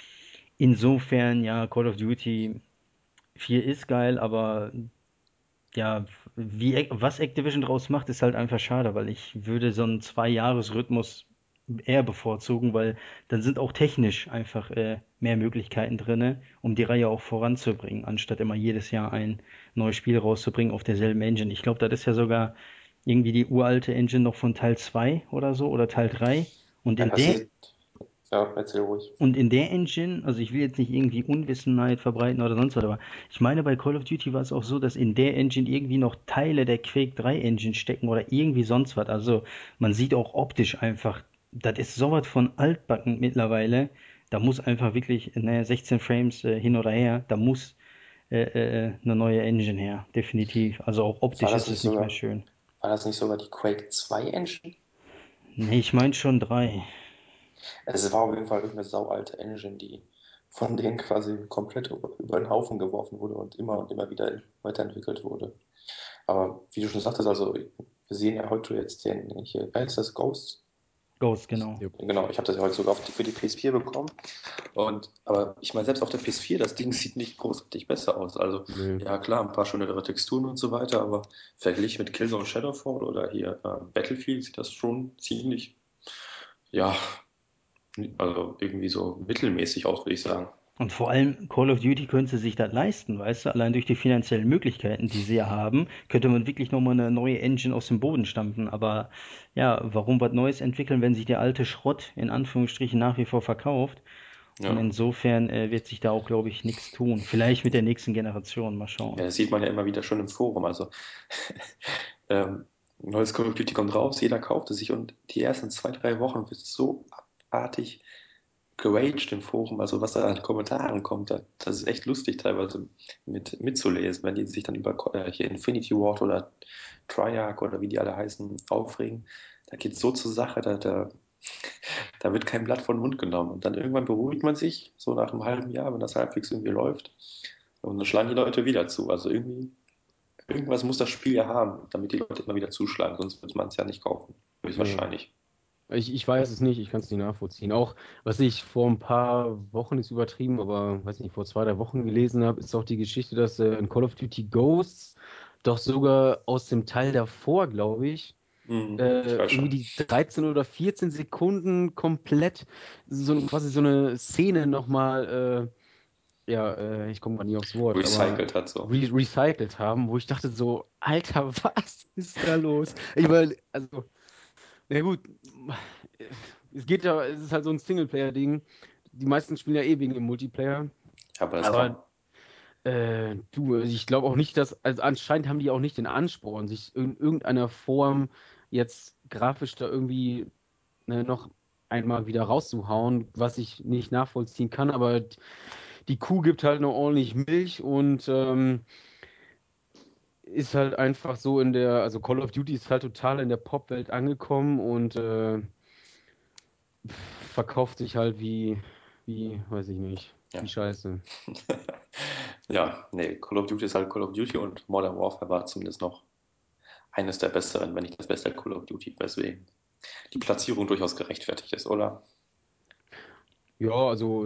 insofern, ja, Call of Duty 4 ist geil, aber ja, was Activision draus macht, ist halt einfach schade, weil ich würde so einen Zwei-Jahres-Rhythmus eher bevorzugen, weil dann sind auch technisch einfach mehr Möglichkeiten drinne, um die Reihe auch voranzubringen, anstatt immer jedes Jahr ein neues Spiel rauszubringen auf derselben Engine. Ich glaube, das ist ja sogar irgendwie die uralte Engine noch von Teil 2 oder so oder Teil 3. Und Ja, in das der ist, ja, erzähl ruhig. und in der Engine, also ich will jetzt nicht irgendwie Unwissenheit verbreiten oder sonst was, aber ich meine, bei Call of Duty war es auch so, dass in der Engine irgendwie noch Teile der Quake 3 Engine stecken oder irgendwie sonst was. Also man sieht auch optisch einfach, das ist sowas von altbacken mittlerweile. Da muss einfach wirklich, ne, 16 Frames hin oder her, da muss eine neue Engine her, definitiv. Also auch War optisch das ist nicht es nicht mehr sogar, schön. war das nicht sogar die Quake 2 Engine? Nee, ich meine schon 3. Es war auf jeden Fall irgendeine saualte Engine, die von denen quasi komplett über den Haufen geworfen wurde und immer wieder weiterentwickelt wurde. Aber wie du schon sagtest, also wir sehen ja heute jetzt den, hier, wer ist das, Ghost? Ghost, genau. Ja. Genau, ich habe das ja heute sogar für die PS4 bekommen. Aber ich meine, selbst auf der PS4, das Ding sieht nicht großartig besser aus. Also, Nee. ja klar, ein paar schönere Texturen und so weiter, aber verglichen mit Killzone Shadowfall oder hier Battlefield sieht das schon ziemlich, ja, also irgendwie so mittelmäßig aus, würde ich sagen. Und vor allem Call of Duty könnte sich das leisten, weißt du? Allein durch die finanziellen Möglichkeiten, die sie ja haben, könnte man wirklich nochmal eine neue Engine aus dem Boden stampfen. Aber ja, warum was Neues entwickeln, wenn sich der alte Schrott in Anführungsstrichen nach wie vor verkauft? Und Ja. insofern wird sich da auch, glaube ich, nichts tun. Vielleicht mit der nächsten Generation, mal Ja, schauen. das sieht man ja immer wieder schon im Forum. Also, ein neues Call of Duty kommt raus, jeder kauft es sich und die ersten 2, 3 Wochen wird es so abartig geraged im Forum, also was da an Kommentaren kommt, das ist echt lustig teilweise mitzulesen, wenn die sich dann über hier Infinity Ward oder Triarch oder wie die alle heißen, aufregen. Da geht es so zur Sache, da wird kein Blatt vor den Mund genommen. Und dann irgendwann beruhigt man sich, so nach einem halben Jahr, wenn das halbwegs irgendwie läuft. Und dann schlagen die Leute wieder zu. Also irgendwas muss das Spiel ja haben, damit die Leute immer wieder zuschlagen, sonst wird man es ja nicht kaufen. Ja. Höchstwahrscheinlich. Ich weiß es nicht, ich kann es nicht nachvollziehen. Auch was ich vor ein paar Wochen, ist übertrieben, aber weiß nicht, vor 2, 3 Wochen gelesen habe, ist auch die Geschichte, dass in Call of Duty Ghosts doch sogar aus dem Teil davor, glaube ich, Ich weiß irgendwie schon. die 13 oder 14 Sekunden komplett quasi so eine Szene nochmal, ich komme mal nie aufs Wort, aber Recycelt hat so. recycelt haben, wo ich dachte so, Alter, was ist da los? Ich meine, also, na gut, es ist halt so ein Singleplayer-Ding. Die meisten spielen ja eh wegen dem Multiplayer. Aber das Aber kann. ich glaube auch nicht, also anscheinend haben die auch nicht den Ansporn, sich in irgendeiner Form jetzt grafisch da irgendwie noch einmal wieder rauszuhauen, was ich nicht nachvollziehen kann. Aber die Kuh gibt halt noch ordentlich Milch und ist halt einfach so also Call of Duty ist halt total in der Pop-Welt angekommen und verkauft sich halt weiß ich nicht, wie Ja. Scheiße. Ja, nee, Call of Duty ist halt Call of Duty und Modern Warfare war zumindest noch eines der besseren, wenn nicht das beste Call of Duty, weswegen die Platzierung durchaus gerechtfertigt ist, oder? Ja, also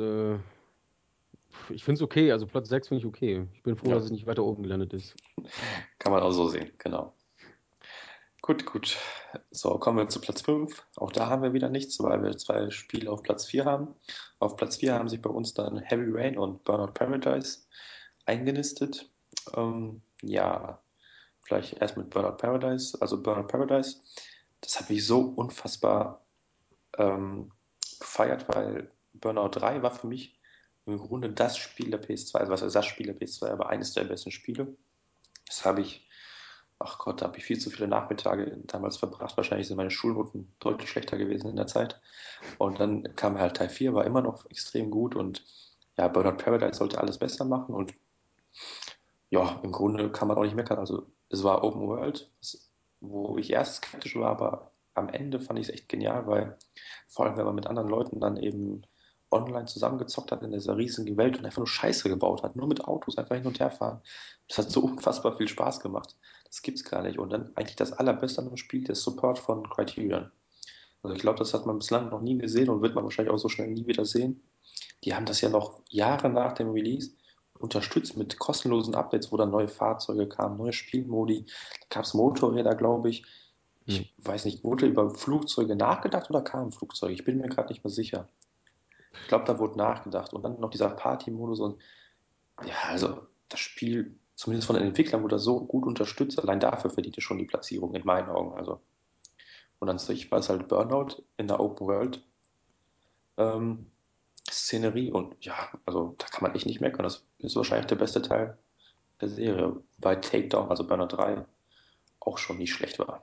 ich finde es okay, also Platz 6 finde ich okay. Ich bin froh, Ja, dass es nicht weiter oben gelandet ist. kann man auch so sehen, genau. Gut, gut. So, kommen wir zu Platz 5. Auch da haben wir wieder nichts, weil wir 2 Spiele auf Platz 4 haben. Auf Platz 4 haben sich bei uns dann Heavy Rain und Burnout Paradise eingenistet. Ja, vielleicht erst mit Burnout Paradise. Also Burnout Paradise, das habe ich so unfassbar gefeiert, weil Burnout 3 war für mich im Grunde das Spiel der PS2, also was heißt das Spiel der PS2, aber eines der besten Spiele. Das habe ich, ach Gott, da habe ich viel zu viele Nachmittage damals verbracht. Wahrscheinlich sind meine Schulnoten deutlich schlechter gewesen in der Zeit. Und dann kam halt Teil 4, war immer noch extrem gut und ja, Burnout Paradise sollte alles besser machen und ja, im Grunde kann man auch nicht meckern. Also es war Open World, wo ich erst skeptisch war, aber am Ende fand ich es echt genial, weil vor allem, wenn man mit anderen Leuten dann eben online zusammengezockt hat in dieser riesigen Welt und einfach nur Scheiße gebaut hat, nur mit Autos einfach hin und her fahren. Das hat so unfassbar viel Spaß gemacht. Das gibt's gar nicht. Und dann eigentlich das Allerbeste an dem Spiel, der Support von Criterion. Also ich glaube, das hat man bislang noch nie gesehen und wird man wahrscheinlich auch so schnell nie wieder sehen. Die haben das ja noch Jahre nach dem Release unterstützt mit kostenlosen Updates, wo dann neue Fahrzeuge kamen, neue Spielmodi. Da gab es Motorräder, glaube ich. Ja. Ich weiß nicht, wurde über Flugzeuge nachgedacht oder kamen Flugzeuge? Ich bin mir gerade nicht mehr sicher. Ich glaube, da wurde nachgedacht. Und dann noch dieser Party-Modus und ja, also das Spiel, zumindest von den Entwicklern, wurde so gut unterstützt. Allein dafür verdient es schon die Platzierung in meinen Augen. Also, und an sich war es halt Burnout in der Open World. Ähm, Szenerie und ja, also da kann man echt nicht meckern. Das ist wahrscheinlich der beste Teil der Serie. Bei Takedown, also Burnout 3, auch schon nicht schlecht war.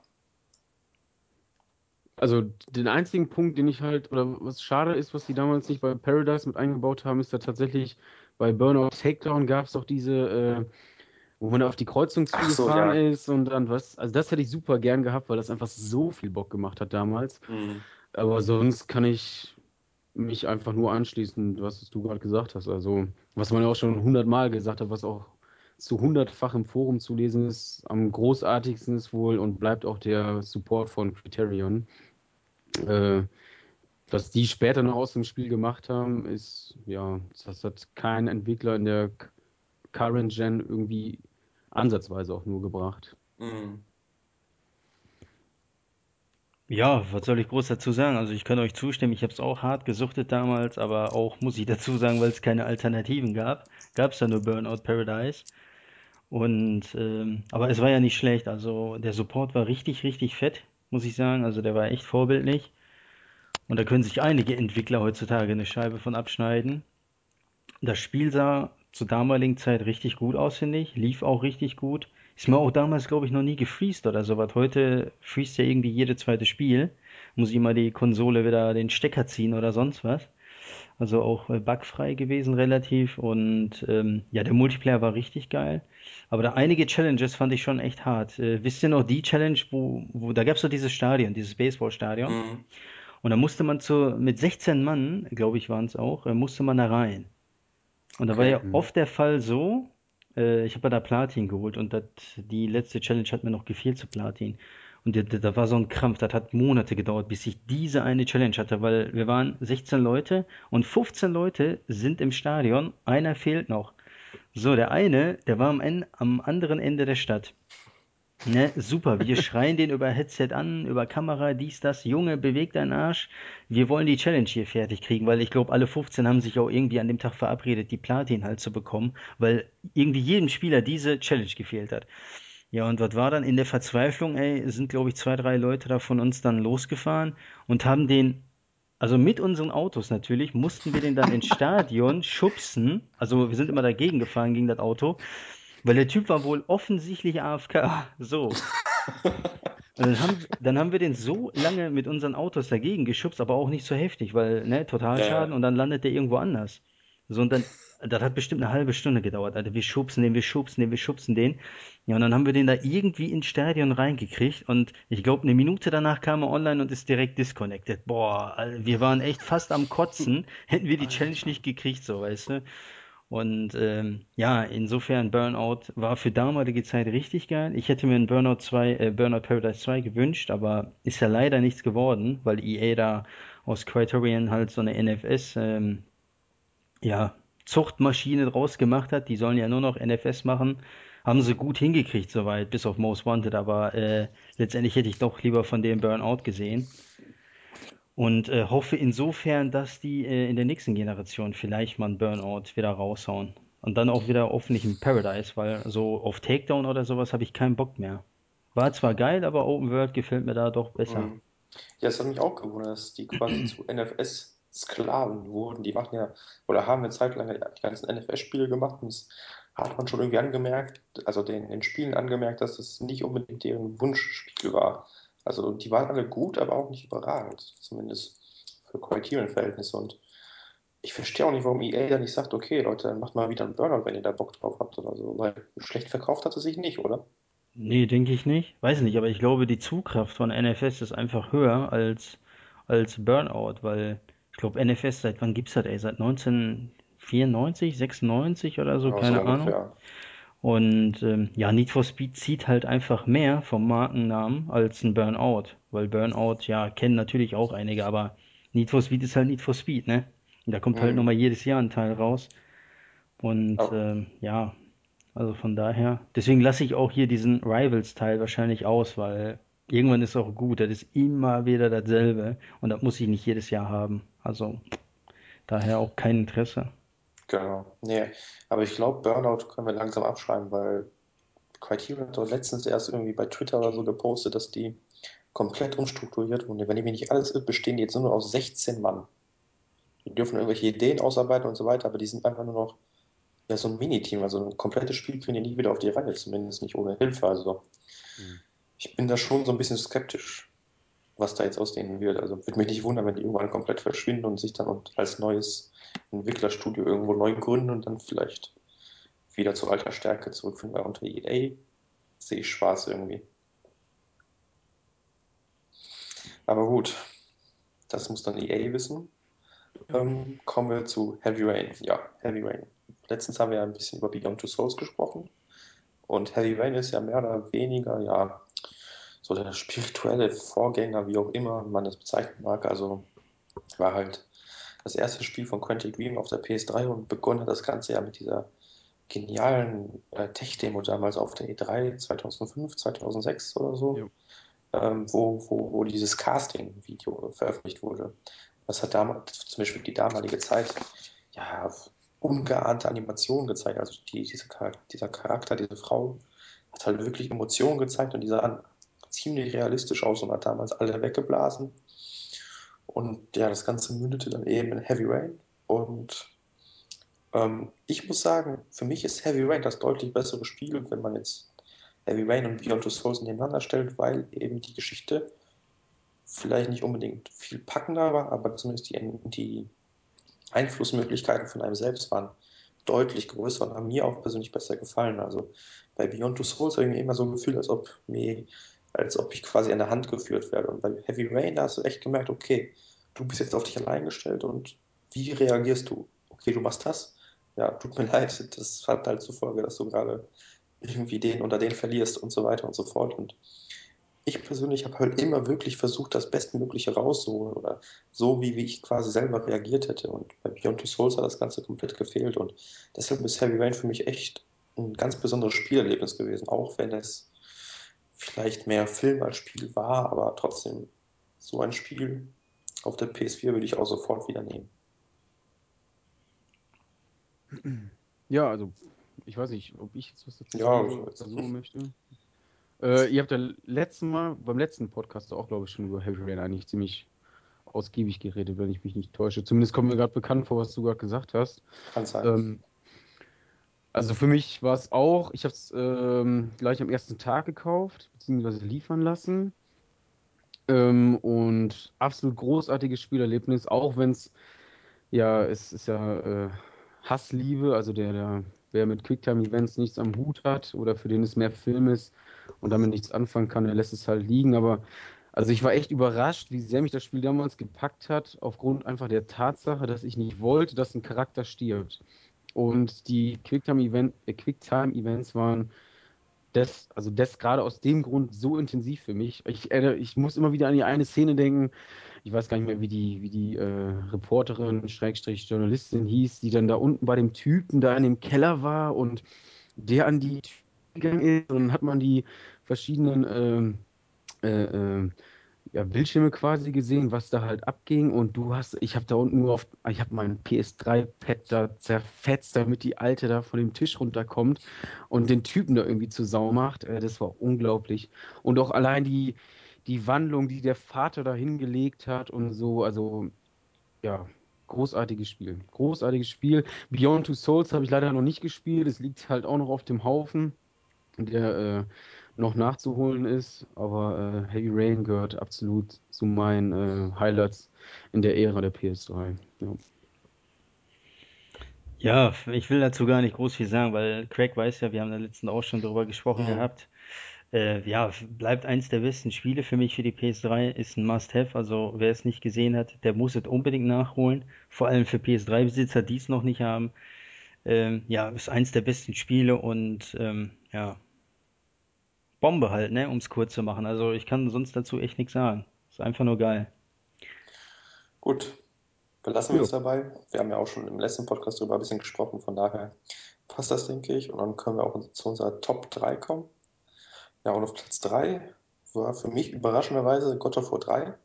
Also den einzigen Punkt, den ich halt, oder was schade ist, was die damals nicht bei Paradise mit eingebaut haben, ist da tatsächlich, bei Burnout Takedown gab es doch wo man da auf die Kreuzung Ach so, zugefahren ja. ist und dann was. Also das hätte ich super gern gehabt, weil das einfach so viel Bock gemacht hat damals. Hm. Aber sonst kann ich mich einfach nur anschließen, was du gerade gesagt hast. Also, was man ja auch schon 100-mal gesagt hat, was auch zu 100-fach im Forum zu lesen ist, am großartigsten ist wohl und bleibt auch der Support von Criterion. Äh, Was die später noch aus dem Spiel gemacht haben, das hat kein Entwickler in der Current Gen irgendwie ansatzweise auch nur gebracht. Mhm. Ja, was soll ich groß dazu sagen? Also ich kann euch zustimmen, ich habe es auch hart gesuchtet damals, aber auch, muss ich dazu sagen, weil es keine Alternativen gab es da nur Burnout Paradise. Aber es war ja nicht schlecht, also der Support war richtig, richtig fett, muss ich sagen. Also der war echt vorbildlich. Und da können sich einige Entwickler heutzutage eine Scheibe von abschneiden. Das Spiel sah zur damaligen Zeit richtig gut aus, finde ich. Lief auch richtig gut. Ist mir auch damals, glaube ich, noch nie gefreezed oder sowas. Heute freest ja irgendwie jedes zweite Spiel. Muss ich mal die Konsole wieder den Stecker ziehen oder sonst was. Also auch bugfrei gewesen relativ. Ja, der Multiplayer war richtig geil. Aber da einige Challenges fand ich schon echt hart. Wisst ihr noch die Challenge, da gab es so dieses Stadion, dieses Baseballstadion. Mhm. Und da musste man mit 16 Mann, glaube ich, waren es auch, musste man da rein. Und da war Okay. ja oft der Fall so, ich habe ja da Platin geholt und die letzte Challenge hat mir noch gefehlt zu Platin. Und da war so ein Krampf, das hat Monate gedauert, bis ich diese eine Challenge hatte, weil wir waren 16 Leute und 15 Leute sind im Stadion, einer fehlt noch. So, der eine, der war am anderen Ende der Stadt. Ne, super, wir schreien den über Headset an, über Kamera, dies, das. Junge, beweg deinen Arsch. Wir wollen die Challenge hier fertig kriegen, weil ich glaube, alle 15 haben sich auch irgendwie an dem Tag verabredet, die Platin halt zu bekommen, weil irgendwie jedem Spieler diese Challenge gefehlt hat. Ja, und was war dann in der Verzweiflung, ey, sind, glaube ich, zwei, drei Leute da von uns dann losgefahren und haben also mit unseren Autos natürlich, mussten wir den dann ins Stadion schubsen. Also wir sind immer dagegen gefahren, gegen das Auto, weil der Typ war wohl offensichtlich AFK. So. Und dann haben wir den so lange mit unseren Autos dagegen geschubst, aber auch nicht so heftig, weil, ne, Totalschaden Ja, und dann landet der irgendwo anders. So, das hat bestimmt eine halbe Stunde gedauert, Alter. Wir schubsen den, wir schubsen den, wir schubsen den. Ja, und dann haben wir den da irgendwie ins Stadion reingekriegt und ich glaube, eine Minute danach kam er online und ist direkt disconnected. Boah, Alter, wir waren echt fast am Kotzen, hätten wir die Challenge Alter. nicht gekriegt, so, weißt du. Ja, insofern Burnout war für damalige Zeit richtig geil. Ich hätte mir ein Burnout Paradise 2 gewünscht, aber ist ja leider nichts geworden, weil EA da aus Criterion halt so eine NFS, ja, Zuchtmaschine draus gemacht hat. Die sollen ja nur noch NFS machen. Haben sie gut hingekriegt soweit, bis auf Most Wanted, aber letztendlich hätte ich doch lieber von dem Burnout gesehen. Und hoffe insofern, dass die in der nächsten Generation vielleicht mal einen Burnout wieder raushauen. Und dann auch wieder hoffentlich ein Paradise, weil so auf Takedown oder sowas habe ich keinen Bock mehr. War zwar geil, aber Open World gefällt mir da doch besser. Mhm. Ja, es hat mich auch gewundert, dass die quasi zu NFS-Sklaven wurden. Die machen ja, oder haben eine Zeit lang die ganzen NFS-Spiele gemacht und das hat man schon irgendwie angemerkt, also den Spielen angemerkt, dass das nicht unbedingt deren Wunschspiel war. Also die waren alle gut, aber auch nicht überragend, zumindest für Criterion-Verhältnisse. Und ich verstehe auch nicht, warum EA da nicht sagt, okay, Leute, dann macht mal wieder einen Burnout, wenn ihr da Bock drauf habt oder so. Weil schlecht verkauft hat es sich nicht, oder? Nee, denke ich nicht. Weiß nicht, aber ich glaube, die Zugkraft von NFS ist einfach höher als Burnout, weil ich glaube, NFS, seit wann gibt's das, ey? Seit 1994, 96 oder so, Ja, so keine Ahnung. ungefähr. Ja, Need for Speed zieht halt einfach mehr vom Markennamen als ein Burnout. Weil Burnout, ja, kennen natürlich auch einige, aber Need for Speed ist halt Need for Speed, ne? Und da kommt halt Mhm. nochmal jedes Jahr ein Teil raus. Aber, Ja, also von daher. Deswegen lasse ich auch hier diesen Rivals-Teil wahrscheinlich aus, weil irgendwann ist auch gut. Das ist immer wieder dasselbe. Und das muss ich nicht jedes Jahr haben. Also daher auch kein Interesse. genau. Nee, aber ich glaube, Burnout können wir langsam abschreiben, weil Criterion hat doch letztens erst irgendwie bei Twitter oder so gepostet, dass die komplett umstrukturiert wurden. Wenn ich mich nicht alles irre, bestehen die jetzt nur noch aus 16 Mann. Die dürfen irgendwelche Ideen ausarbeiten und so weiter, aber die sind einfach nur noch ja, so ein Miniteam. Also ein komplettes Spiel kriegen die nie wieder auf die Reihe, zumindest nicht ohne Hilfe. Also Hm. ich bin da schon so ein bisschen skeptisch, was da jetzt aus denen wird. Also würde mich nicht wundern, wenn die irgendwann komplett verschwinden und sich dann und als neues Entwicklerstudio irgendwo neu gründen und dann vielleicht wieder zu alter Stärke zurückfinden, weil unter EA sehe ich schwarz irgendwie. Aber gut, das muss dann EA wissen. Kommen wir zu Heavy Rain. Ja, Heavy Rain. Letztens haben wir ja ein bisschen über Beyond Two Souls gesprochen. Und Heavy Rain ist ja mehr oder weniger, ja, so der spirituelle Vorgänger, wie auch immer man das bezeichnen mag. Also war halt das erste Spiel von Quantic Dream auf der PS3 und begonnen hat das Ganze ja mit dieser genialen Tech-Demo damals auf der E3 2005, 2006 oder so, Ja. wo dieses Casting-Video veröffentlicht wurde. Das hat damals zum Beispiel die damalige Zeit ja ungeahnte Animationen gezeigt. Also dieser Charakter, diese Frau, hat halt wirklich Emotionen gezeigt und die sahen ziemlich realistisch aus und hat damals alle weggeblasen. Und ja, das Ganze mündete dann eben in Heavy Rain. Und ich muss sagen, für mich ist Heavy Rain das deutlich bessere Spiel, wenn man jetzt Heavy Rain und Beyond Two Souls nebeneinander stellt, weil eben die Geschichte vielleicht nicht unbedingt viel packender war, aber zumindest die Einflussmöglichkeiten von einem selbst waren deutlich größer und haben mir auch persönlich besser gefallen. Also bei Beyond Two Souls habe ich mir immer so ein Gefühl, als ob ich quasi an der Hand geführt werde. Und bei Heavy Rain, da hast du echt gemerkt, okay, du bist jetzt auf dich allein gestellt und wie reagierst du? Okay, du machst das. Ja, tut mir leid, das hat halt zur Folge, dass du gerade irgendwie den oder den verlierst und so weiter und so fort. Und ich persönlich habe halt immer wirklich versucht, das Bestmögliche rauszuholen oder so, wie ich quasi selber reagiert hätte. Und bei Beyond Two Souls hat das Ganze komplett gefehlt. Und deshalb ist Heavy Rain für mich echt ein ganz besonderes Spielerlebnis gewesen, auch wenn es vielleicht mehr Film als Spiel war, aber trotzdem so ein Spiel auf der PS4 würde ich auch sofort wieder nehmen. Ja, also ich weiß nicht, ob ich jetzt was dazu Ja, sagen also soll oder jetzt. so möchte. Ihr habt ja beim letzten Podcast auch, glaube ich, schon über Heavy Rain eigentlich ziemlich ausgiebig geredet, wenn ich mich nicht täusche. Zumindest kommt mir gerade bekannt vor, was du gerade gesagt hast. Kann sein. Ähm, also für mich war es auch, ich habe es gleich am ersten Tag gekauft, beziehungsweise liefern lassen. Und absolut großartiges Spielerlebnis, auch wenn es ist ja Hassliebe, also wer mit Quicktime-Events nichts am Hut hat oder für den es mehr Film ist und damit nichts anfangen kann, der lässt es halt liegen. Aber also ich war echt überrascht, wie sehr mich das Spiel damals gepackt hat, aufgrund einfach der Tatsache, dass ich nicht wollte, dass ein Charakter stirbt. Und die Quicktime-Events waren das gerade aus dem Grund so intensiv für mich. Ich muss immer wieder an die eine Szene denken. Ich weiß gar nicht mehr, wie die Reporterin, Schrägstrich Journalistin hieß, die dann da unten bei dem Typen da in dem Keller war und der an die Tür gegangen ist. Und dann hat man die verschiedenen äh, äh, ja, Bildschirme quasi gesehen, was da halt abging. Und ich habe da unten ich habe mein PS3-Pad da zerfetzt, damit die Alte da von dem Tisch runterkommt und den Typen da irgendwie zur Sau macht. Das war unglaublich. Und auch allein die Wandlung, die der Vater da hingelegt hat und so, also ja, großartiges Spiel. Großartiges Spiel. Beyond Two Souls habe ich leider noch nicht gespielt. Es liegt halt auch noch auf dem Haufen, der noch nachzuholen ist. Aber Heavy Rain gehört absolut zu meinen Highlights in der Ära der PS3. Ja. Ja, ich will dazu gar nicht groß viel sagen, weil Craig weiß ja, wir haben da letztens auch schon drüber gesprochen Mhm. gehabt. Ja, bleibt eins der besten Spiele für mich für die PS3, ist ein Must-Have. Also wer es nicht gesehen hat, der muss es unbedingt nachholen. Vor allem für PS3-Besitzer, die es noch nicht haben. Ja, ist eins der besten Spiele und ja, Bombe halt, ne, um es kurz zu machen. Also ich kann sonst dazu echt nichts sagen. Ist einfach nur geil. Gut, belassen wir Ja. es dabei. Wir haben ja auch schon im letzten Podcast darüber ein bisschen gesprochen, von daher passt das, denke ich. Und dann können wir auch zu unserer Top 3 kommen. Ja, und auf Platz 3 war für mich überraschenderweise God of War 3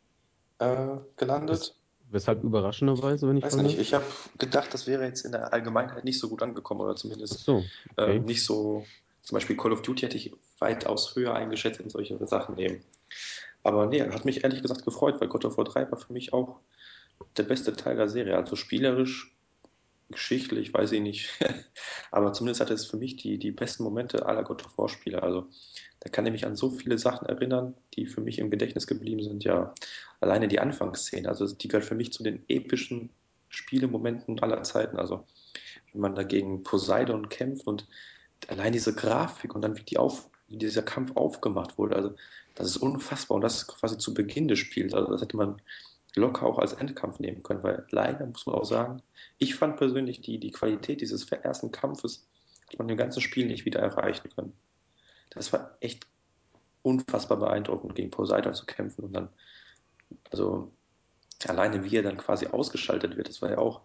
Wes gelandet. Weshalb überraschenderweise, wenn ich Weiß fragen nicht, darf? ich habe gedacht, das wäre jetzt in der Allgemeinheit nicht so gut angekommen oder Ach zumindest so, okay. nicht so. Zum Beispiel Call of Duty hätte ich weitaus höher eingeschätzt in solche Sachen eben. Aber nee, hat mich ehrlich gesagt gefreut, weil God of War 3 war für mich auch der beste Teil der Serie. Also spielerisch, geschichtlich, weiß ich nicht. Aber zumindest hatte es für mich die besten Momente aller God of War Spiele. Also da kann ich mich an so viele Sachen erinnern, die für mich im Gedächtnis geblieben sind. Ja, alleine die Anfangsszene. Also die gehört für mich zu den epischen Spielemomenten aller Zeiten. Also wenn man dagegen Poseidon kämpft und allein diese Grafik und dann wie dieser Kampf aufgemacht wurde. Also das ist unfassbar und das ist quasi zu Beginn des Spiels. Also das hätte man locker auch als Endkampf nehmen können, weil leider muss man auch sagen, ich fand persönlich die Qualität dieses ersten Kampfes hat man im ganzen Spiel nicht wieder erreichen können. Das war echt unfassbar beeindruckend, gegen Poseidon zu kämpfen und dann, also alleine wie er dann quasi ausgeschaltet wird, das war ja auch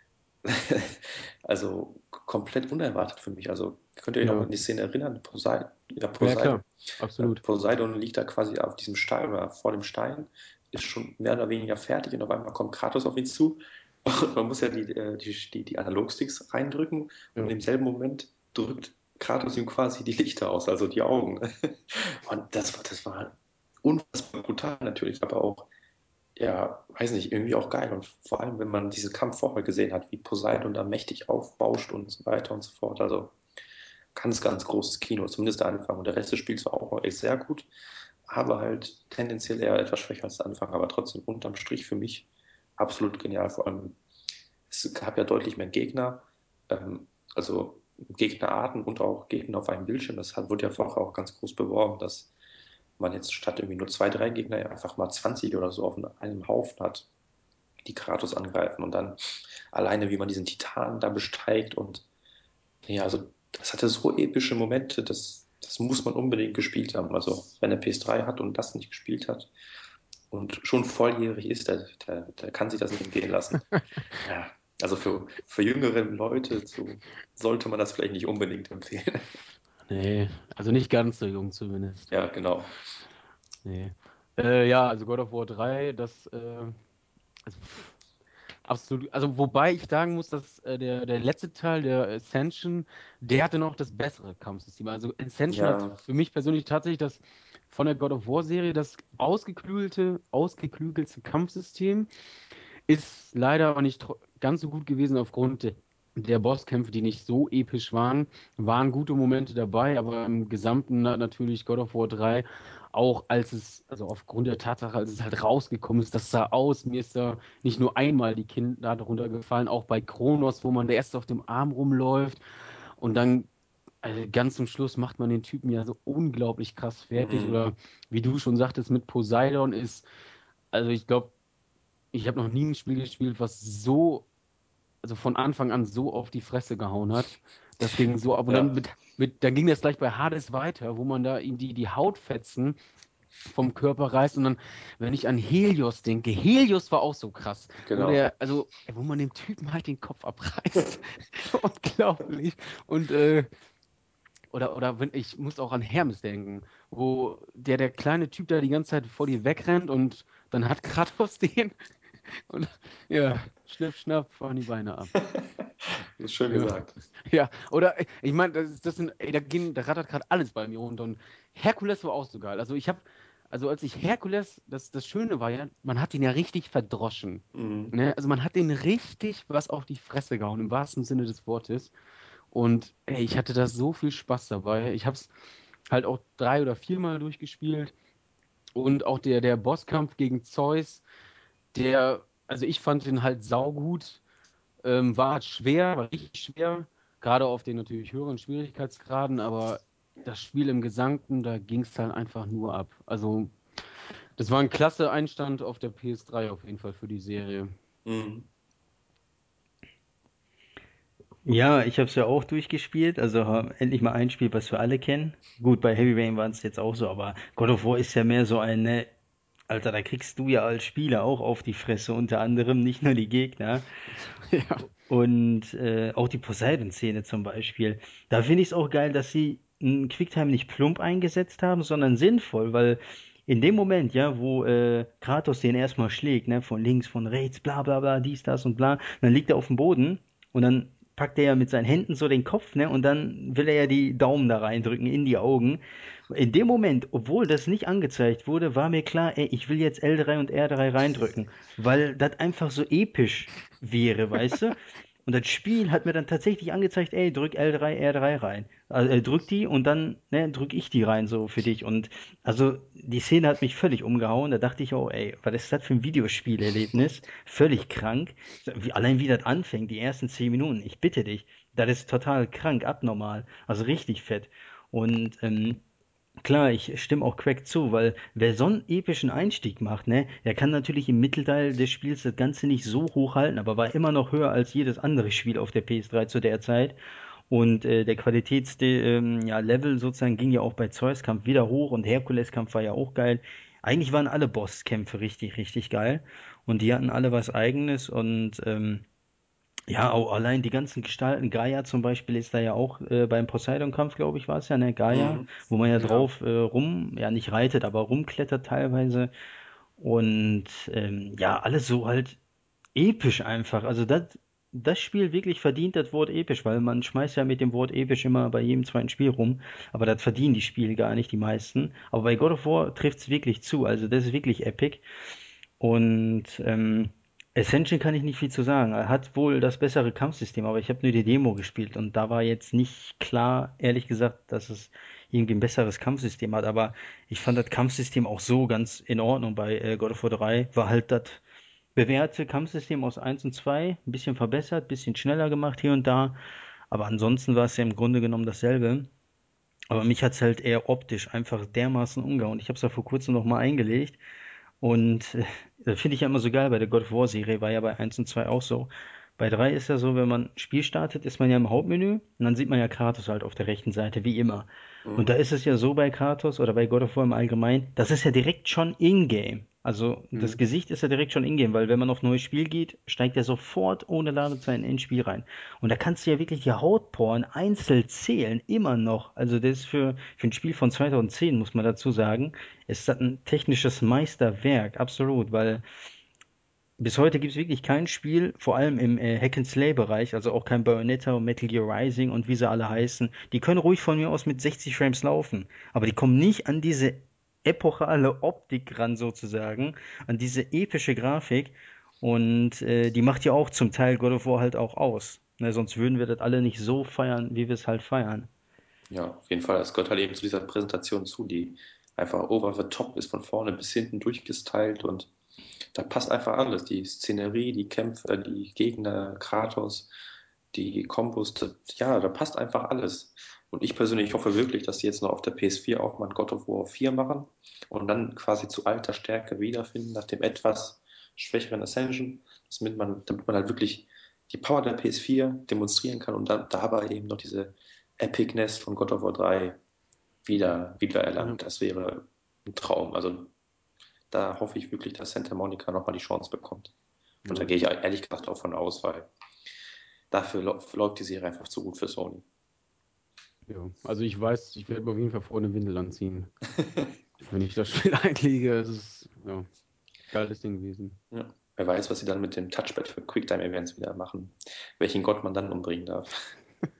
also komplett unerwartet für mich. Also könnt ihr euch noch Ja, an die Szene erinnern? ja Poseidon, klar, absolut. Poseidon liegt da quasi auf diesem Stein oder vor dem Stein, ist schon mehr oder weniger fertig und auf einmal kommt Kratos auf ihn zu. Und man muss ja die Analogsticks reindrücken und Ja. im selben Moment drückt Kratos ihm quasi die Lichter aus, also die Augen. Und das war unfassbar brutal natürlich, aber auch ja, weiß nicht, irgendwie auch geil. Und vor allem, wenn man diesen Kampf vorher gesehen hat, wie Poseidon da mächtig aufbauscht und so weiter und so fort. Also ganz, ganz großes Kino, zumindest der Anfang. Und der Rest des Spiels war auch noch echt sehr gut, aber halt tendenziell eher etwas schwächer als der Anfang. Aber trotzdem unterm Strich für mich absolut genial. Vor allem, es gab ja deutlich mehr Gegner, also Gegnerarten und auch Gegner auf einem Bildschirm. Wurde ja vorher auch ganz groß beworben, dass man jetzt statt irgendwie nur zwei, drei Gegner einfach mal 20 oder so auf einem Haufen hat, die Kratos angreifen und dann alleine, wie man diesen Titan da besteigt und ja, also das hatte so epische Momente, das muss man unbedingt gespielt haben. Also wenn er PS3 hat und das nicht gespielt hat und schon volljährig ist, der kann sich das nicht entgehen lassen. Ja, also für jüngere Leute sollte man das vielleicht nicht unbedingt empfehlen. Nee, also nicht ganz so jung zumindest. Ja, genau. Nee. Ja, also God of War 3, also, absolut, also wobei ich sagen muss, dass der letzte Teil, der Ascension, der hatte noch das bessere Kampfsystem. Also Ascension hat Ja, für mich persönlich tatsächlich das von der God of War Serie das ausgeklügelte Kampfsystem. Ist leider aber nicht ganz so gut gewesen aufgrund der Bosskämpfe, die nicht so episch waren. Waren gute Momente dabei, aber im Gesamten hat natürlich God of War 3, auch also aufgrund der Tatsache, als es halt rausgekommen ist, das sah aus, mir ist da nicht nur einmal die Kinnlade runtergefallen, auch bei Kronos, wo man der erst auf dem Arm rumläuft und dann ganz zum Schluss macht man den Typen ja so unglaublich krass fertig. mhm. Oder wie du schon sagtest, mit Poseidon also ich glaube, ich habe noch nie ein Spiel gespielt, was also von Anfang an so auf die Fresse gehauen hat. Das ging so ab und dann Ja, dann ging das gleich bei Hades weiter, wo man da ihm die Hautfetzen vom Körper reißt und dann, wenn ich an Helios denke, Helios war auch so krass, genau. wo man dem Typen halt den Kopf abreißt. Unglaublich. Und oder wenn ich muss auch an Hermes denken, wo der kleine Typ da die ganze Zeit vor dir wegrennt und dann hat Kratos den und ja, schnipp, schnapp, fahren die Beine ab. Das ist schön Ja, gesagt. ja. Oder ich meine, da rattert gerade alles bei mir runter. Und Herkules war auch so geil. Also als ich Herkules, das Schöne war ja, man hat ihn ja richtig verdroschen. Mhm. Ne? Also man hat den richtig was auf die Fresse gehauen, im wahrsten Sinne des Wortes. Und ey, ich hatte da so viel Spaß dabei. Ich habe es halt auch 3 oder 4 Mal durchgespielt. Und auch der Bosskampf gegen Zeus, also ich fand den halt saugut. War halt schwer, war richtig schwer, gerade auf den natürlich höheren Schwierigkeitsgraden, aber das Spiel im Gesamten, da ging es halt einfach nur ab. Also, das war ein klasse Einstand auf der PS3 auf jeden Fall für die Serie. Mhm. Ja, ich habe es ja auch durchgespielt, also endlich mal ein Spiel, was wir alle kennen. Gut, bei Heavy Rain war es jetzt auch so, aber God of War ist ja mehr so eine, Alter, da kriegst du ja als Spieler auch auf die Fresse, unter anderem, nicht nur die Gegner. Ja, Und auch die Poseidon-Szene zum Beispiel. Da finde ich es auch geil, dass sie einen Quicktime nicht plump eingesetzt haben, sondern sinnvoll, weil in dem Moment, ja, wo Kratos den erstmal schlägt, ne, von links, von rechts, bla bla bla, dies, das und bla, dann liegt er auf dem Boden und dann packt er ja mit seinen Händen so den Kopf, ne, und dann will er ja die Daumen da reindrücken in die Augen. In dem Moment, obwohl das nicht angezeigt wurde, war mir klar, ey, ich will jetzt L3 und R3 reindrücken, weil das einfach so episch wäre, weißt du? Und das Spiel hat mir dann tatsächlich angezeigt, ey, drück L3, R3 rein. Also, drück die und dann ne, drück ich die rein so für dich. Und also die Szene hat mich völlig umgehauen. Da dachte ich, oh ey, was ist das für ein Videospielerlebnis? Völlig krank. Allein wie das anfängt, die ersten 10 Minuten. Ich bitte dich, das ist total krank, abnormal. Also richtig fett. Und klar, ich stimme auch Quack zu, weil wer so einen epischen Einstieg macht, ne, der kann natürlich im Mittelteil des Spiels das Ganze nicht so hoch halten, aber war immer noch höher als jedes andere Spiel auf der PS3 zu der Zeit. Und der Level sozusagen ging ja auch bei Zeus-Kampf wieder hoch und Herkules-Kampf war ja auch geil. Eigentlich waren alle Bosskämpfe richtig, richtig geil. Und die hatten alle was Eigenes und ja, auch allein die ganzen Gestalten, Gaia zum Beispiel ist da ja auch beim Poseidon-Kampf, glaube ich, war es ja, ne, Gaia, Mhm. wo man ja Ja. drauf ja nicht reitet, aber rumklettert teilweise. Und ja, alles so halt episch einfach. Also das Spiel wirklich verdient das Wort episch, weil man schmeißt ja mit dem Wort episch immer bei jedem zweiten Spiel rum, aber das verdienen die Spiele gar nicht, die meisten. Aber bei God of War trifft es wirklich zu, also das ist wirklich epic. Und Ascension kann ich nicht viel zu sagen. Er hat wohl das bessere Kampfsystem, aber ich habe nur die Demo gespielt und da war jetzt nicht klar, ehrlich gesagt, dass es irgendwie ein besseres Kampfsystem hat. Aber ich fand das Kampfsystem auch so ganz in Ordnung bei God of War 3. War halt das bewährte Kampfsystem aus 1 und 2, ein bisschen verbessert, ein bisschen schneller gemacht hier und da. Aber ansonsten war es ja im Grunde genommen dasselbe. Aber mich hat's halt eher optisch einfach dermaßen umgehauen. Ich habe es ja vor kurzem noch mal eingelegt und das finde ich ja immer so geil bei der God of War Serie, war ja bei 1 und 2 auch so. Bei 3 ist ja so, wenn man ein Spiel startet, ist man ja im Hauptmenü und dann sieht man ja Kratos halt auf der rechten Seite, wie immer. Und da Mhm. ist es ja so bei Kratos oder bei God of War im Allgemeinen, das ist ja direkt schon in-game. Also das Mhm. Gesicht ist ja direkt schon in-game, weil wenn man auf neues Spiel geht, steigt er sofort ohne Ladezeit ins Spiel rein. Und da kannst du ja wirklich die Hautporen einzeln zählen, immer noch. Also das ist für ein Spiel von 2010, muss man dazu sagen, ist das ein technisches Meisterwerk, absolut, weil bis heute gibt es wirklich kein Spiel, vor allem im Hack-and-Slay-Bereich, also auch kein Bayonetta und Metal Gear Rising und wie sie alle heißen. Die können ruhig von mir aus mit 60 Frames laufen, aber die kommen nicht an diese epochale Optik ran sozusagen, an diese epische Grafik und die macht ja auch zum Teil God of War halt auch aus. Ne, sonst würden wir das alle nicht so feiern, wie wir es halt feiern. Ja, auf jeden Fall. Es gehört halt eben zu dieser Präsentation zu, die einfach over the top ist, von vorne bis hinten durchgestylt und da passt einfach alles. Die Szenerie, die Kämpfe, die Gegner, Kratos, die Kombos, ja, da passt einfach alles. Und ich persönlich hoffe wirklich, dass sie jetzt noch auf der PS4 auch mal ein God of War 4 machen und dann quasi zu alter Stärke wiederfinden, nach dem etwas schwächeren Ascension, damit man halt wirklich die Power der PS4 demonstrieren kann und dann dabei eben noch diese Epicness von God of War 3 wieder Ja. erlangt. Das wäre ein Traum. Also da hoffe ich wirklich, dass Santa Monica nochmal die Chance bekommt. Und da Ja. gehe ich ehrlich gesagt auch von aus, weil dafür läuft die Serie einfach zu gut für Sony. Ja. Also ich weiß, ich werde mir auf jeden Fall vor eine Windel anziehen. Wenn ich das Spiel einlege, es ist ja geiles Ding gewesen. Ja. Wer weiß, was sie dann mit dem Touchpad für Quicktime-Events wieder machen. Welchen Gott man dann umbringen darf.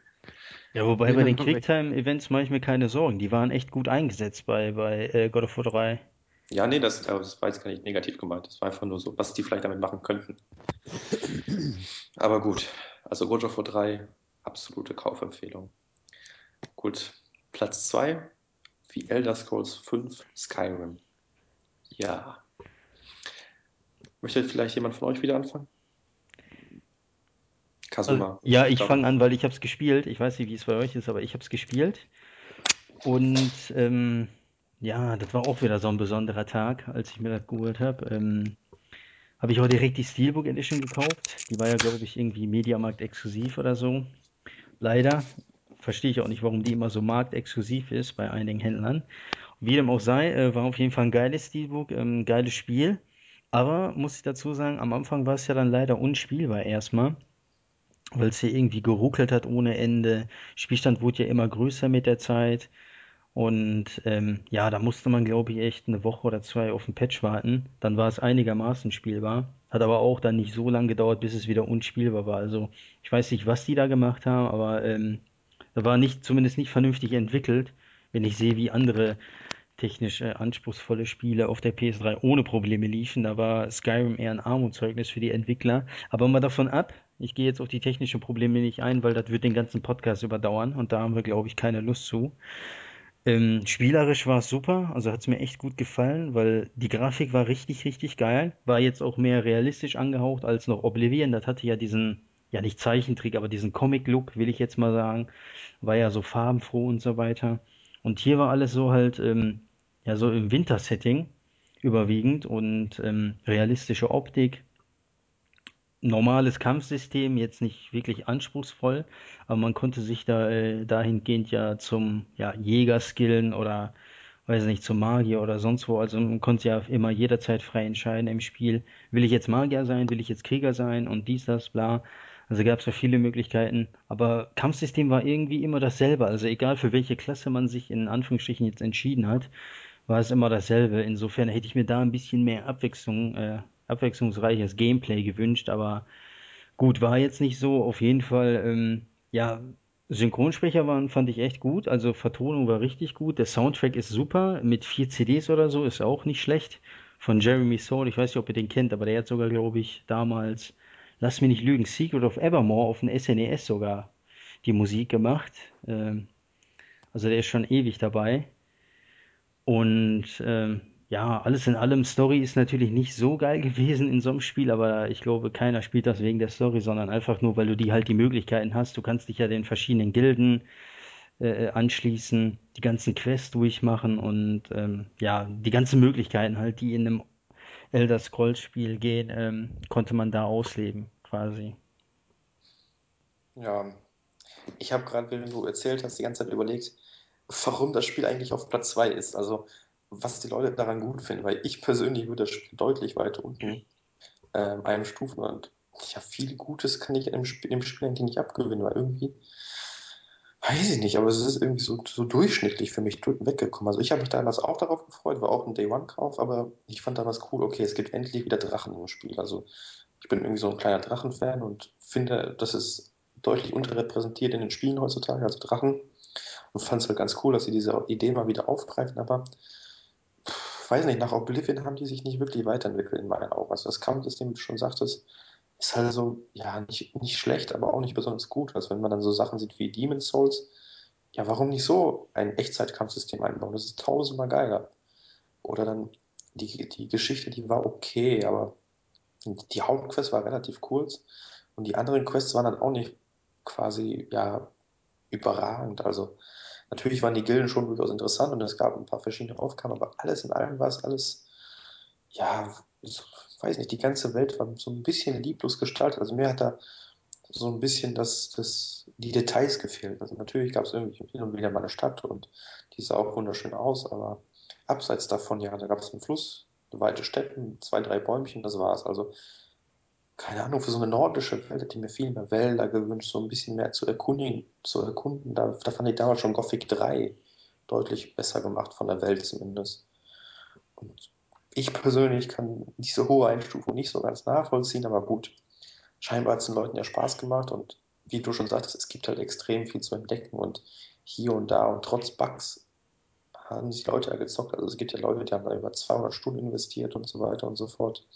Ja, wobei Ja, bei den dann haben wir. Quicktime-Events mache ich mir keine Sorgen. Die waren echt gut eingesetzt bei God of War 3. Ja, nee, das war jetzt gar nicht negativ gemeint. Das war einfach nur so, was die vielleicht damit machen könnten. Aber gut, also God of War 3, absolute Kaufempfehlung. Gut, Platz 2, The Elder Scrolls 5 Skyrim. Ja, möchte vielleicht jemand von euch wieder anfangen? Also, Kazuma, ja, ich starten. fange an, weil ich habe es gespielt. Ich weiß nicht, wie es bei euch ist, aber ich habe es gespielt. Und ja, das war auch wieder so ein besonderer Tag, als ich mir das geholt habe. Habe ich auch direkt die Steelbook Edition gekauft. Die war ja, glaube ich, irgendwie Mediamarkt exklusiv oder so. Leider. Verstehe ich auch nicht, warum die immer so marktexklusiv ist bei einigen Händlern. Wie dem auch sei, war auf jeden Fall ein geiles Steelbook, geiles Spiel. Aber muss ich dazu sagen, am Anfang war es ja dann leider unspielbar erstmal, weil es hier irgendwie geruckelt hat ohne Ende. Spielstand wurde ja immer größer mit der Zeit. Und ja, da musste man, glaube ich, echt eine Woche oder zwei auf den Patch warten. Dann war es einigermaßen spielbar. Hat aber auch dann nicht so lange gedauert, bis es wieder unspielbar war. Also ich weiß nicht, was die da gemacht haben, aber da war nicht, zumindest nicht vernünftig entwickelt, wenn ich sehe, wie andere technisch anspruchsvolle Spiele auf der PS3 ohne Probleme liefen. Da war Skyrim eher ein Armutszeugnis für die Entwickler. Aber mal davon ab, ich gehe jetzt auf die technischen Probleme nicht ein, weil das wird den ganzen Podcast überdauern und da haben wir, glaube ich, keine Lust zu. Spielerisch war es super, also hat es mir echt gut gefallen, weil die Grafik war richtig, richtig geil. War jetzt auch mehr realistisch angehaucht als noch Oblivion. Das hatte ja diesen, ja nicht Zeichentrick, aber diesen Comic-Look, will ich jetzt mal sagen. War ja so farbenfroh und so weiter. Und hier war alles so halt, ja so im Winter-Setting überwiegend und realistische Optik. normales Kampfsystem, jetzt nicht wirklich anspruchsvoll, aber man konnte sich da dahingehend ja zum Jäger skillen oder weiß nicht, zum Magier oder sonst wo. Also man konnte ja immer jederzeit frei entscheiden im Spiel, will ich jetzt Magier sein, will ich jetzt Krieger sein und dies, das, bla. Also gab es ja viele Möglichkeiten, aber Kampfsystem war irgendwie immer dasselbe. Also egal für welche Klasse man sich in Anführungsstrichen jetzt entschieden hat, war es immer dasselbe. Insofern hätte ich mir da ein bisschen mehr abwechslungsreiches Gameplay gewünscht, aber gut, war jetzt nicht so. Auf jeden Fall, Synchronsprecher fand ich echt gut. Also Vertonung war richtig gut. Der Soundtrack ist super. Mit 4 CDs oder so ist auch nicht schlecht. Von Jeremy Soule, ich weiß nicht, ob ihr den kennt, aber der hat sogar, glaube ich, damals, lass mich nicht lügen, Secret of Evermore auf dem SNES sogar die Musik gemacht. Also der ist schon ewig dabei. Und alles in allem, Story ist natürlich nicht so geil gewesen in so einem Spiel, aber ich glaube, keiner spielt das wegen der Story, sondern einfach nur, weil du die Möglichkeiten hast. Du kannst dich ja den verschiedenen Gilden anschließen, die ganzen Quests durchmachen und die ganzen Möglichkeiten halt, die in einem Elder Scrolls Spiel gehen, konnte man da ausleben, quasi. Ja, ich habe gerade, während du erzählt hast, die ganze Zeit überlegt, warum das Spiel eigentlich auf Platz 2 ist. Also, was die Leute daran gut finden, weil ich persönlich würde das Spiel deutlich weiter unten einstufen und ja, viel Gutes kann ich dem Spiel eigentlich nicht abgewinnen, weil irgendwie, weiß ich nicht, aber es ist irgendwie so durchschnittlich für mich weggekommen. Also, ich habe mich damals auch darauf gefreut, war auch ein Day-One-Kauf, aber ich fand damals cool, okay, es gibt endlich wieder Drachen im Spiel. Also, ich bin irgendwie so ein kleiner Drachenfan und finde, das ist deutlich unterrepräsentiert in den Spielen heutzutage, also Drachen. Und fand es halt ganz cool, dass sie diese Idee mal wieder aufgreifen, aber weiß nicht, nach Oblivion haben die sich nicht wirklich weiterentwickelt in meinen Augen. Also das Kampfsystem, wie du schon sagtest, ist halt so, ja, nicht schlecht, aber auch nicht besonders gut. Also wenn man dann so Sachen sieht wie Demon's Souls, ja, warum nicht so ein Echtzeitkampfsystem einbauen? Das ist tausendmal geiler. Oder dann die Geschichte, die war okay, aber die Hauptquest war relativ kurz und die anderen Quests waren dann auch nicht quasi, ja, überragend. Also natürlich waren die Gilden schon durchaus interessant und es gab ein paar verschiedene Aufgaben, aber alles in allem war es alles, ja, so, weiß nicht, die ganze Welt war so ein bisschen lieblos gestaltet. Also mir hat da so ein bisschen die Details gefehlt. Also natürlich gab es irgendwie hin und wieder mal eine Stadt und die sah auch wunderschön aus, aber abseits davon, ja, da gab es einen Fluss, weite Steppen, zwei, drei Bäumchen, das war's. Also keine Ahnung, für so eine nordische Welt hätte ich mir viel mehr Wälder gewünscht, so ein bisschen mehr zu erkunden. Da fand ich damals schon Gothic 3 deutlich besser gemacht, von der Welt zumindest. Und ich persönlich kann diese hohe Einstufung nicht so ganz nachvollziehen, aber gut, scheinbar hat es den Leuten ja Spaß gemacht und wie du schon sagtest, es gibt halt extrem viel zu entdecken und hier und da und trotz Bugs haben sich Leute ja gezockt. Also es gibt ja Leute, die haben da über 200 Stunden investiert und so weiter und so fort.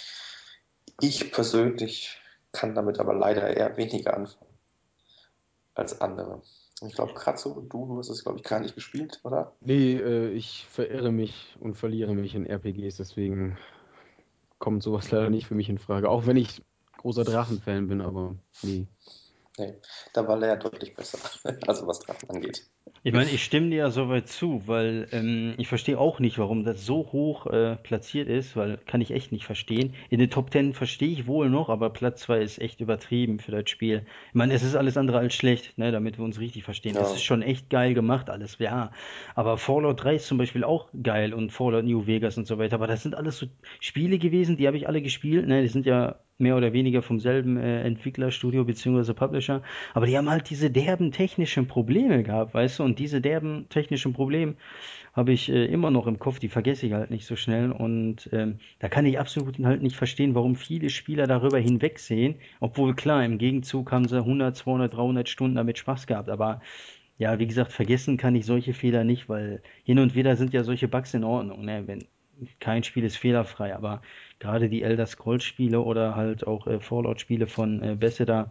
Ich persönlich kann damit aber leider eher weniger anfangen als andere. Und ich glaube, Kratzo und du hast es, glaube ich, gar nicht gespielt, oder? Nee, ich verirre mich und verliere mich in RPGs, deswegen kommt sowas leider nicht für mich in Frage. Auch wenn ich großer Drachenfan bin, aber nee. Nee, da war Leia deutlich besser, also was Drachen angeht. Ich meine, ich stimme dir ja soweit zu, weil ich verstehe auch nicht, warum das so hoch platziert ist, weil kann ich echt nicht verstehen. In den Top 10 verstehe ich wohl noch, aber Platz 2 ist echt übertrieben für das Spiel. Ich meine, es ist alles andere als schlecht, ne, damit wir uns richtig verstehen. Es ist Ja, schon echt geil gemacht alles, ja. Aber Fallout 3 ist zum Beispiel auch geil und Fallout New Vegas und so weiter. Aber das sind alles so Spiele gewesen, die habe ich alle gespielt, ne, die sind ja mehr oder weniger vom selben Entwicklerstudio beziehungsweise Publisher. Aber die haben halt diese derben technischen Probleme gehabt, weißt du? Und diese derben technischen Probleme habe ich immer noch im Kopf, die vergesse ich halt nicht so schnell. Und da kann ich absolut halt nicht verstehen, warum viele Spieler darüber hinwegsehen. Obwohl klar, im Gegenzug haben sie 100, 200, 300 Stunden damit Spaß gehabt. Aber ja, wie gesagt, vergessen kann ich solche Fehler nicht, weil hin und wieder sind ja solche Bugs in Ordnung. Ne? Wenn, kein Spiel ist fehlerfrei, aber gerade die Elder Scrolls Spiele oder halt auch Fallout Spiele von Bethesda,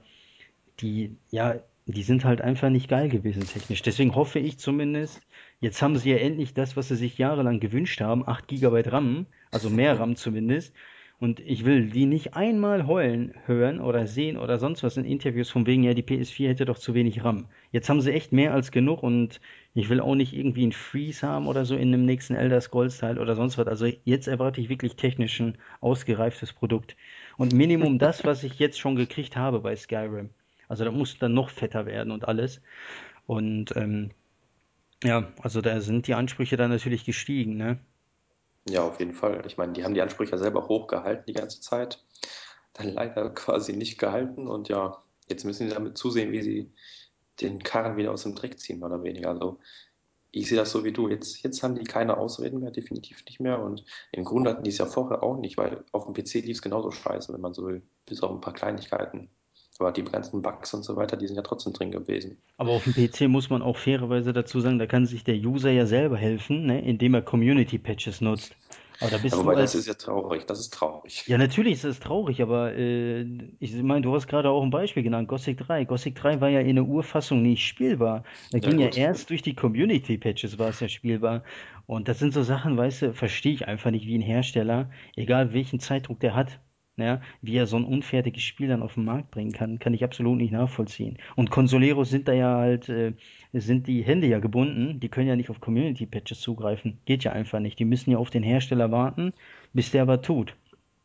die sind halt einfach nicht geil gewesen technisch. Deswegen hoffe ich zumindest, jetzt haben sie ja endlich das, was sie sich jahrelang gewünscht haben, 8 Gigabyte RAM, also mehr RAM zumindest. Und ich will die nicht einmal heulen hören oder sehen oder sonst was in Interviews von wegen, ja, die PS4 hätte doch zu wenig RAM. Jetzt haben sie echt mehr als genug und ich will auch nicht irgendwie einen Freeze haben oder so in dem nächsten Elder Scrolls Teil oder sonst was. Also jetzt erwarte ich wirklich technisch ein ausgereiftes Produkt. Und Minimum das, was ich jetzt schon gekriegt habe bei Skyrim. Also da muss dann noch fetter werden und alles. Und ja, also da sind die Ansprüche dann natürlich gestiegen, ne? Ja, auf jeden Fall. Ich meine, die haben die Ansprüche selber hochgehalten die ganze Zeit, dann leider quasi nicht gehalten und ja, jetzt müssen sie damit zusehen, wie sie den Karren wieder aus dem Dreck ziehen, mehr oder weniger. Also ich sehe das so wie du. Jetzt haben die keine Ausreden mehr, definitiv nicht mehr. Und im Grunde hatten die es ja vorher auch nicht, weil auf dem PC lief es genauso scheiße, wenn man so will, bis auf ein paar Kleinigkeiten. Aber die ganzen Bugs und so weiter, die sind ja trotzdem drin gewesen. Aber auf dem PC muss man auch fairerweise dazu sagen, da kann sich der User ja selber helfen, ne, indem er Community-Patches nutzt. Aber da Ja, bist du wobei das ist als ja traurig, das ist traurig. Ja, natürlich ist es traurig, aber ich meine, du hast gerade auch ein Beispiel genannt, Gothic 3. Gothic 3 war ja in der Urfassung nicht spielbar. Da Ja, ging ja gut. erst durch die Community-Patches war es ja spielbar. Und das sind so Sachen, weißt du, verstehe ich einfach nicht, wie ein Hersteller, egal welchen Zeitdruck der hat, ja, wie er so ein unfertiges Spiel dann auf den Markt bringen kann, kann ich absolut nicht nachvollziehen. Und Consoleros sind da ja halt, sind die Hände ja gebunden, die können ja nicht auf Community-Patches zugreifen. Geht ja einfach nicht. Die müssen ja auf den Hersteller warten, bis der was tut.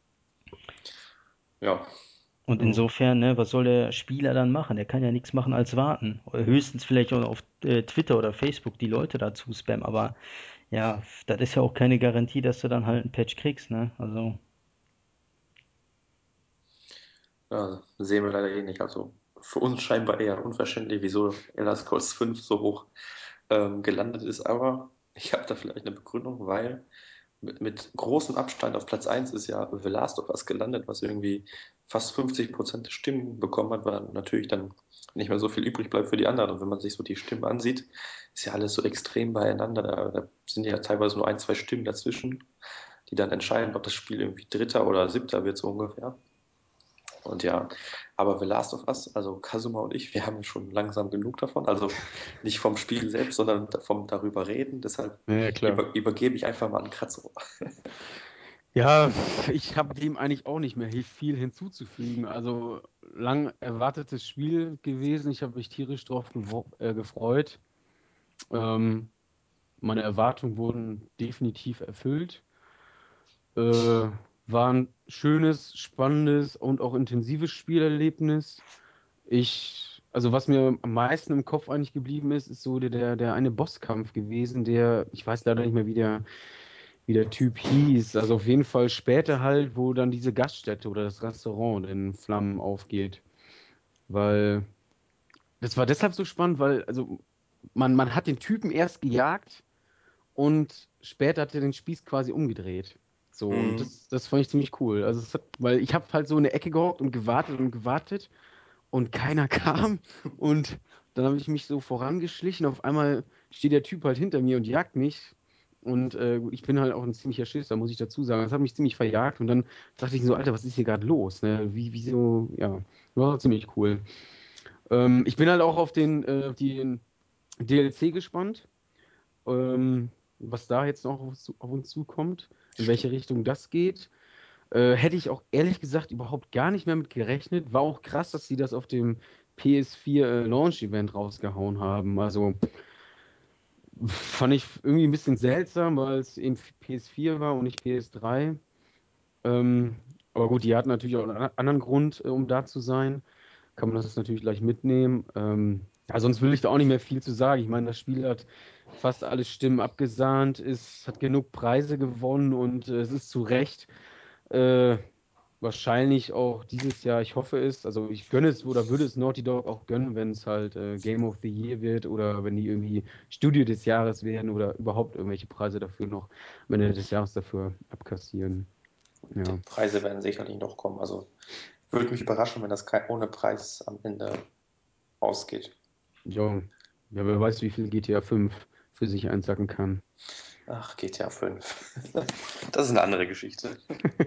Ja. Und Also, insofern, ne, was soll der Spieler dann machen? Er kann ja nichts machen als warten. Oder höchstens vielleicht auch auf Twitter oder Facebook die Leute dazu spammen. Aber ja, das ist ja auch keine Garantie, dass du dann halt einen Patch kriegst, ne? Also, ja, sehen wir leider eh nicht. Also für uns scheinbar eher unverständlich, wieso Elder Scrolls 5 so hoch gelandet ist. Aber ich habe da vielleicht eine Begründung, weil mit großem Abstand auf Platz 1 ist ja The Last of Us gelandet, was irgendwie fast 50% der Stimmen bekommen hat, weil natürlich dann nicht mehr so viel übrig bleibt für die anderen. Und wenn man sich so die Stimmen ansieht, ist ja alles so extrem beieinander. Da sind ja teilweise nur ein, zwei Stimmen dazwischen, die dann entscheiden, ob das Spiel irgendwie Dritter oder Siebter wird, so ungefähr. Und ja, aber The Last of Us, also Kazuma und ich, wir haben schon langsam genug davon. Also nicht vom Spiel selbst, sondern vom darüber reden. Deshalb Ja, ja, klar. übergebe ich einfach mal an Kratzo. Ja, ich habe dem eigentlich auch nicht mehr viel hinzuzufügen. Also lang erwartetes Spiel gewesen. Ich habe mich tierisch drauf gefreut. Ähm, Meine Erwartungen wurden definitiv erfüllt. War ein schönes, spannendes und auch intensives Spielerlebnis. Also was mir am meisten im Kopf eigentlich geblieben ist, ist so der eine Bosskampf gewesen, ich weiß leider nicht mehr, wie der Typ hieß. Also auf jeden Fall später halt, wo dann diese Gaststätte oder das Restaurant in Flammen aufgeht. Weil das war deshalb so spannend, weil also man hat den Typen erst gejagt und später hat er den Spieß quasi umgedreht. So, und Mhm. das fand ich ziemlich cool. Also weil ich habe halt so in der Ecke gehockt und gewartet und keiner kam. Und dann habe ich mich so vorangeschlichen. Auf einmal steht der Typ halt hinter mir und jagt mich. Und gut, ich bin halt auch ein ziemlicher Schisser, muss ich dazu sagen. Das hat mich ziemlich verjagt. Und dann dachte ich so, Alter, was ist hier gerade los? Ne? Wieso, ja, war ziemlich cool. Ich bin halt auch auf den DLC gespannt, was da jetzt noch auf uns zukommt, in welche Richtung das geht. Hätte ich auch ehrlich gesagt überhaupt gar nicht mehr mit gerechnet. War auch krass, dass sie das auf dem PS4 Launch-Event rausgehauen haben. Also fand ich irgendwie ein bisschen seltsam, weil es eben PS4 war und nicht PS3. Ähm, aber gut, die hatten natürlich auch einen anderen Grund, um da zu sein. Kann man das natürlich gleich mitnehmen. Ja, sonst will ich da auch nicht mehr viel zu sagen. Ich meine, das Spiel hat fast alle Stimmen abgesahnt, hat genug Preise gewonnen und es ist zu Recht äh, wahrscheinlich auch dieses Jahr, ich hoffe es, also ich gönne es oder würde es Naughty Dog auch gönnen, wenn es halt Game of the Year wird oder wenn die irgendwie Studio des Jahres werden oder überhaupt irgendwelche Preise dafür noch am Ende des Jahres dafür abkassieren. Die Ja, Preise werden sicherlich noch kommen. Also würde mich überraschen, wenn das ohne Preis am Ende ausgeht. ja, ja, wer weiß, wie viel GTA 5 für sich einsacken kann. Ach, GTA 5. Das ist eine andere Geschichte.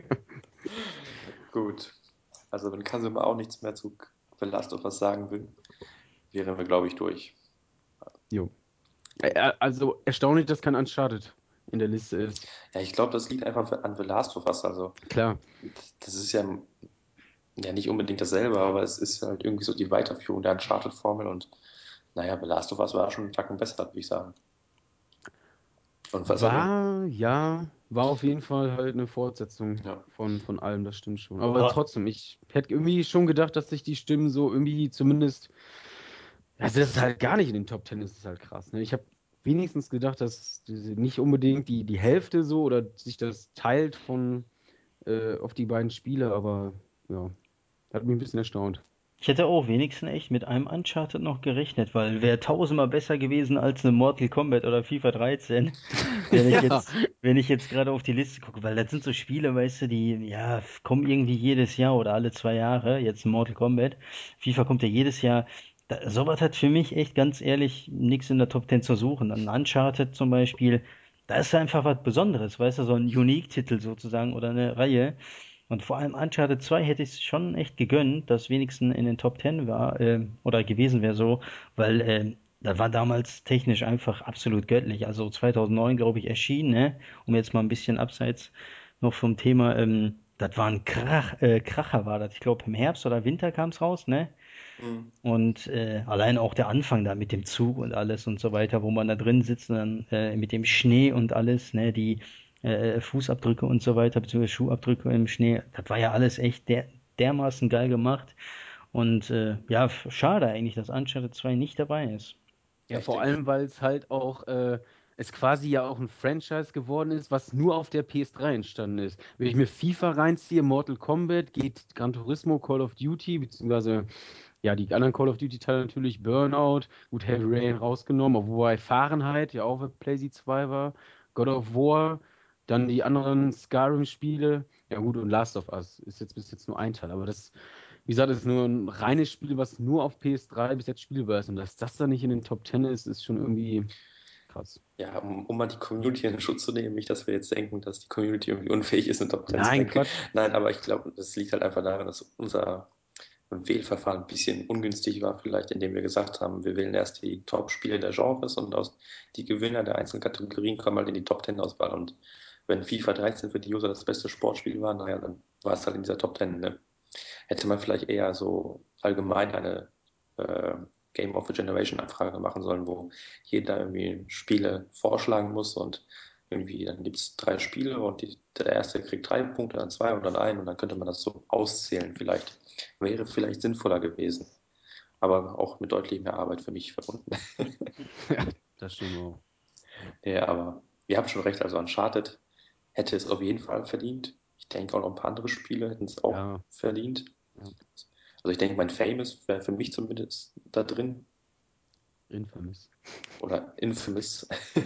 Gut. Also wenn Kazuma auch nichts mehr zu The Last of Us sagen will, wären wir, glaube ich, durch. Jo. Also erstaunlich, dass kein Uncharted in der Liste ist. Ja, ich glaube, das liegt einfach an The Last of Us. Also Klar. das ist ja nicht unbedingt dasselbe, aber es ist halt irgendwie so die Weiterführung der Uncharted-Formel und naja, The Last of Us war schon einen Tacken besser, würde ich sagen. Und was, also, Ja. war auf jeden Fall halt eine Fortsetzung Ja. von allem, das stimmt schon. Aber Aber trotzdem, ich hätte irgendwie schon gedacht, dass sich die Stimmen so irgendwie zumindest. Also, dass es halt gar nicht in den Top Ten ist, ist halt krass. Ne? Ich habe wenigstens gedacht, dass nicht unbedingt die Hälfte so oder sich das teilt auf die beiden Spiele, aber ja, hat mich ein bisschen erstaunt. ich hätte auch wenigstens echt mit einem Uncharted noch gerechnet, weil wäre tausendmal besser gewesen als eine Mortal Kombat oder FIFA 13, wenn ich Ja, jetzt, wenn ich jetzt gerade auf die Liste gucke, weil das sind so Spiele, weißt du, die, ja, kommen irgendwie jedes Jahr oder alle 2 Jahre, jetzt Mortal Kombat. FIFA kommt ja jedes Jahr. Sowas hat für mich echt ganz ehrlich nichts in der Top 10 zu suchen. Ein Uncharted zum Beispiel, da ist einfach was Besonderes, weißt du, so ein Unique-Titel sozusagen oder eine Reihe. Und vor allem Uncharted 2 hätte ich es schon echt gegönnt, dass wenigstens in den Top 10 war, oder gewesen wäre so, weil das war damals technisch einfach absolut göttlich. Also 2009, glaube ich, erschienen, ne? Um jetzt mal ein bisschen abseits noch vom Thema, das war ein Kracher war das. Ich glaube, im Herbst oder Winter kam es raus, ne? Mhm. Und allein auch der Anfang da mit dem Zug und alles und so weiter, wo man da drin sitzt und dann mit dem Schnee und alles, ne, die Fußabdrücke und so weiter, beziehungsweise Schuhabdrücke im Schnee, das war ja alles echt dermaßen geil gemacht. Und ja, schade eigentlich, dass Uncharted 2 nicht dabei ist. ja, Ich vor denke, allem, weil es halt auch, es quasi ja auch ein Franchise geworden ist, was nur auf der PS3 entstanden ist. Wenn ich mir FIFA reinziehe, Mortal Kombat, geht Gran Turismo, Call of Duty, beziehungsweise ja, die anderen Call of Duty-Teile natürlich, Burnout, gut, Heavy Rain rausgenommen, obwohl Fahrenheit ja auch auf PlayStation 2 war, God of War, dann die anderen Skyrim-Spiele, ja gut, und Last of Us ist jetzt bis jetzt nur ein Teil, aber das, wie gesagt, ist nur ein reines Spiel, was nur auf PS3 bis jetzt spielbar ist. Und dass das dann nicht in den Top 10 ist, ist schon irgendwie krass. ja, um mal die Community in den Schutz zu nehmen, nicht, dass wir jetzt denken, dass die Community irgendwie unfähig ist, in Top 10 zu Nein, ranken. Quatsch. Nein, aber ich glaube, das liegt halt einfach daran, dass unser Wählverfahren ein bisschen ungünstig war, vielleicht, indem wir gesagt haben, wir wählen erst die Top-Spiele der Genres und aus die Gewinner der einzelnen Kategorien kommen halt in die Top 10 Auswahl. Und wenn FIFA 13 für die User das beste Sportspiel war, naja, dann war es halt in dieser Top 10. Ne? Hätte man vielleicht eher so allgemein eine äh, Game of the Generation Abfrage machen sollen, wo jeder irgendwie Spiele vorschlagen muss und irgendwie, dann gibt es 3 Spiele und der erste kriegt 3 Punkte, dann 2 und dann einen und dann könnte man das so auszählen vielleicht. Wäre vielleicht sinnvoller gewesen, aber auch mit deutlich mehr Arbeit für mich verbunden. Ja, das stimmt auch. Ja, aber ihr habt schon recht, also Uncharted hätte es auf jeden Fall verdient. Ich denke auch noch ein paar andere Spiele hätten es auch Ja, verdient. ja. Also ich denke, mein Famous wäre für mich zumindest da drin. Infamous. Oder Infamous.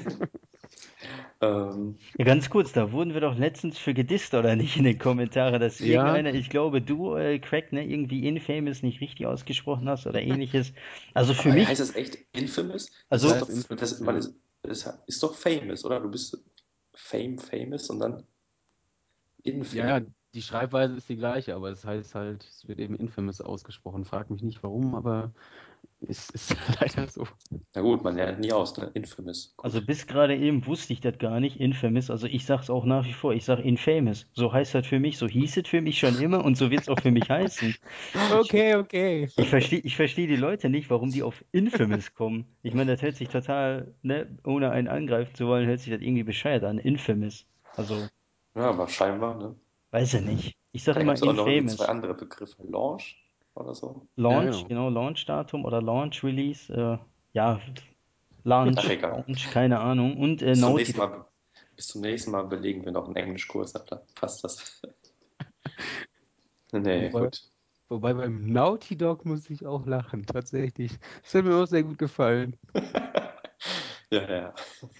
ähm, Ja, ganz kurz, da wurden wir doch letztens für gedisst, oder nicht, in den Kommentaren, dass Ja, irgendeiner, ich glaube du, Craig, ne, irgendwie Infamous nicht richtig ausgesprochen hast oder ähnliches. Also für aber heißt mich, es echt Infamous? Das es ist also doch, heißt Infamous, man ja. ist, ist doch famous, oder? Du bist famous und dann Ja, infamous. ja, die Schreibweise ist die gleiche, aber es heißt halt, es wird eben Infamous ausgesprochen. Frag mich nicht warum, aber es ist leider so. Na gut, man lernt nie aus, ne? Infamous. Also Gut. bis gerade eben wusste ich das gar nicht, Infamous. Also ich sag's auch nach wie vor, ich sag Infamous. So heißt das für mich, so hieß es für mich schon immer und so wird's auch für mich heißen. Ich, Okay, okay. ich versteh die Leute nicht, warum die auf Infamous kommen. Ich meine, das hört sich total, ne, ohne einen angreifen zu wollen, hört sich das irgendwie bescheuert an. Infamous. Also, Ja, aber scheinbar, ne? weiß ich nicht. Ich sag Da gab immer es auch noch irgendwie 2 Infamous. andere Begriffe. Launch oder so. Ja, Launch, genau. genau, Launch-Datum oder Launch-Release, ja, Ach, egal. Launch, keine Ahnung. Und Bis zum Naughty nächsten Dog. Mal, bis zum nächsten Mal belegen wir noch einen Englischkurs, dann passt das. Nee, Wobei, gut. wobei beim Naughty Dog muss ich auch lachen, tatsächlich. Das hat mir auch sehr gut gefallen. Ja, ja.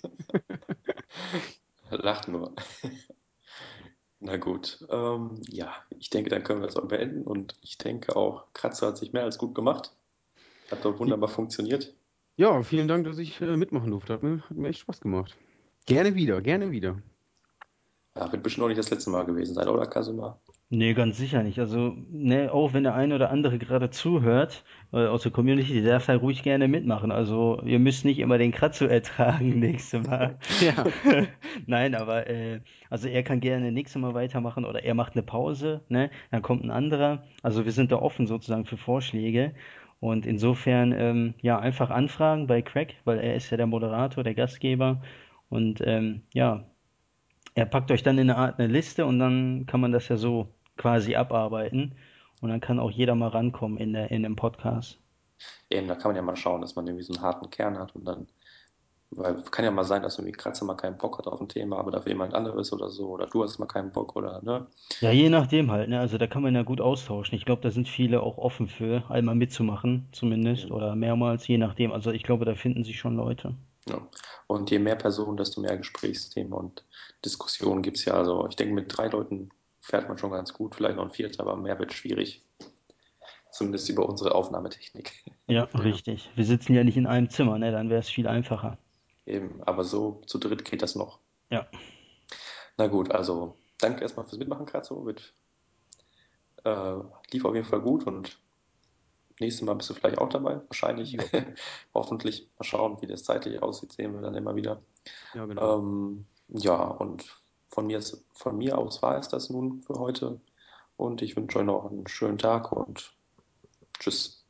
Lacht nur. Na gut. Ja, ich denke, dann können wir das auch beenden und ich denke auch, Kratzer hat sich mehr als gut gemacht. Hat doch wunderbar funktioniert. Ja, vielen Dank, dass ich mitmachen durfte. Hat mir echt Spaß gemacht. Gerne wieder, gerne wieder. Ja, wird bestimmt auch nicht das letzte Mal gewesen sein, oder, Kasuma? Nee, ganz sicher nicht. Also, ne, auch wenn der eine oder andere gerade zuhört, aus der Community, der darf halt ruhig gerne mitmachen. Also, ihr müsst nicht immer den Kratzo ertragen nächstes Mal. Ja, Nein, aber also er kann gerne nächstes Mal weitermachen oder er macht eine Pause, ne? Dann kommt ein anderer. Also wir sind da offen sozusagen für Vorschläge. Und insofern, ja, einfach anfragen bei Craig, weil er ist ja der Moderator, der Gastgeber. Und ja, Er packt euch dann in eine Art eine Liste und dann kann man das ja so quasi abarbeiten. Und dann kann auch jeder mal rankommen in dem Podcast. Eben, da kann man ja mal schauen, dass man irgendwie so einen harten Kern hat und dann, weil kann ja mal sein, dass irgendwie Kratzer mal keinen Bock hat auf ein Thema, aber dafür jemand anderes oder so, oder du hast mal keinen Bock oder, ne? Ja, je nachdem halt, ne? Also da kann man ja gut austauschen. Ich glaube, da sind viele auch offen für, einmal mitzumachen, zumindest, Eben, oder mehrmals, je nachdem. Also ich glaube, da finden sich schon Leute. ja. Und je mehr Personen, desto mehr Gesprächsthemen und Diskussionen gibt es ja. Also ich denke, mit 3 Leuten fährt man schon ganz gut, vielleicht noch ein vierter, aber mehr wird schwierig. Zumindest über unsere Aufnahmetechnik. Ja, Ja, richtig. Wir sitzen ja nicht in einem Zimmer, ne? Dann wäre es viel einfacher. Eben, aber so zu dritt geht das noch. Ja, Na gut, also danke erstmal fürs Mitmachen, Kratzo. Äh, lief auf jeden Fall gut und nächstes Mal bist du vielleicht auch dabei, wahrscheinlich. ja, Hoffentlich. Mal schauen, wie das zeitlich aussieht, sehen wir dann immer wieder. ja, genau. Ja, und von mir aus war es das nun für heute. Und ich wünsche euch noch einen schönen Tag und tschüss.